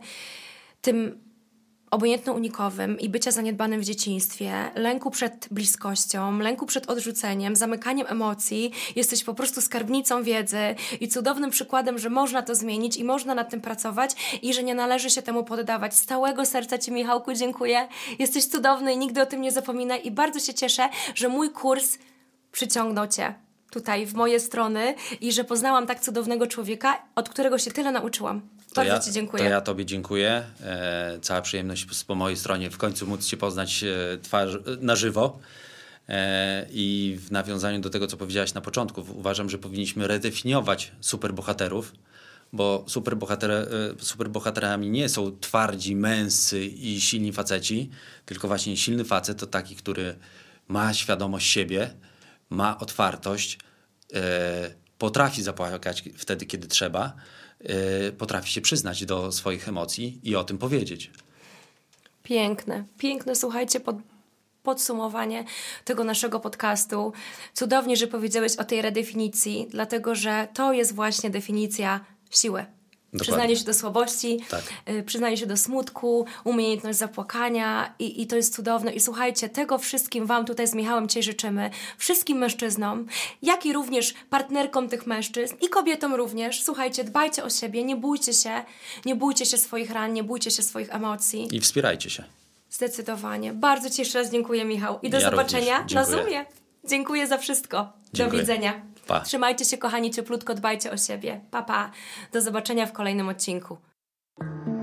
tym obojętno-unikowym i bycia zaniedbanym w dzieciństwie, lęku przed bliskością, lęku przed odrzuceniem, zamykaniem emocji. Jesteś po prostu skarbnicą wiedzy i cudownym przykładem, że można to zmienić i można nad tym pracować i że nie należy się temu poddawać. Z całego serca ci, Michałku, dziękuję. Jesteś cudowny i nigdy o tym nie zapominaj i bardzo się cieszę, że mój kurs przyciągnął cię tutaj w moje strony i że poznałam tak cudownego człowieka, od którego się tyle nauczyłam. To Bardzo ja, ci dziękuję. To ja tobie dziękuję. E, cała przyjemność po, po mojej stronie w końcu móc cię poznać e, twarz, na żywo. E, I w nawiązaniu do tego, co powiedziałaś na początku, uważam, że powinniśmy redefiniować superbohaterów, bo superbohater, e, superbohaterami nie są twardzi męscy i silni faceci, tylko właśnie silny facet to taki, który ma świadomość siebie, ma otwartość, e, potrafi zapłakać wtedy, kiedy trzeba, e, potrafi się przyznać do swoich emocji i o tym powiedzieć. Piękne, piękne, słuchajcie, pod, podsumowanie tego naszego podcastu. Cudownie, że powiedziałeś o tej redefinicji, dlatego że to jest właśnie definicja siły. Przyznanie się do słabości, tak. y, przyznanie się do smutku, umiejętność zapłakania i, i to jest cudowne. I słuchajcie, tego wszystkim Wam tutaj z Michałem dzisiaj życzymy. Wszystkim mężczyznom, jak i również partnerkom tych mężczyzn i kobietom również. Słuchajcie, dbajcie o siebie, nie bójcie się, nie bójcie się swoich ran, nie bójcie się swoich emocji. I wspierajcie się. Zdecydowanie. Bardzo Ci jeszcze raz dziękuję, Michał. I do ja zobaczenia na Zoomie. Dziękuję za wszystko. Dziękuję. Do widzenia. Pa. Trzymajcie się, kochani, cieplutko, dbajcie o siebie. Pa, pa. Do zobaczenia w kolejnym odcinku.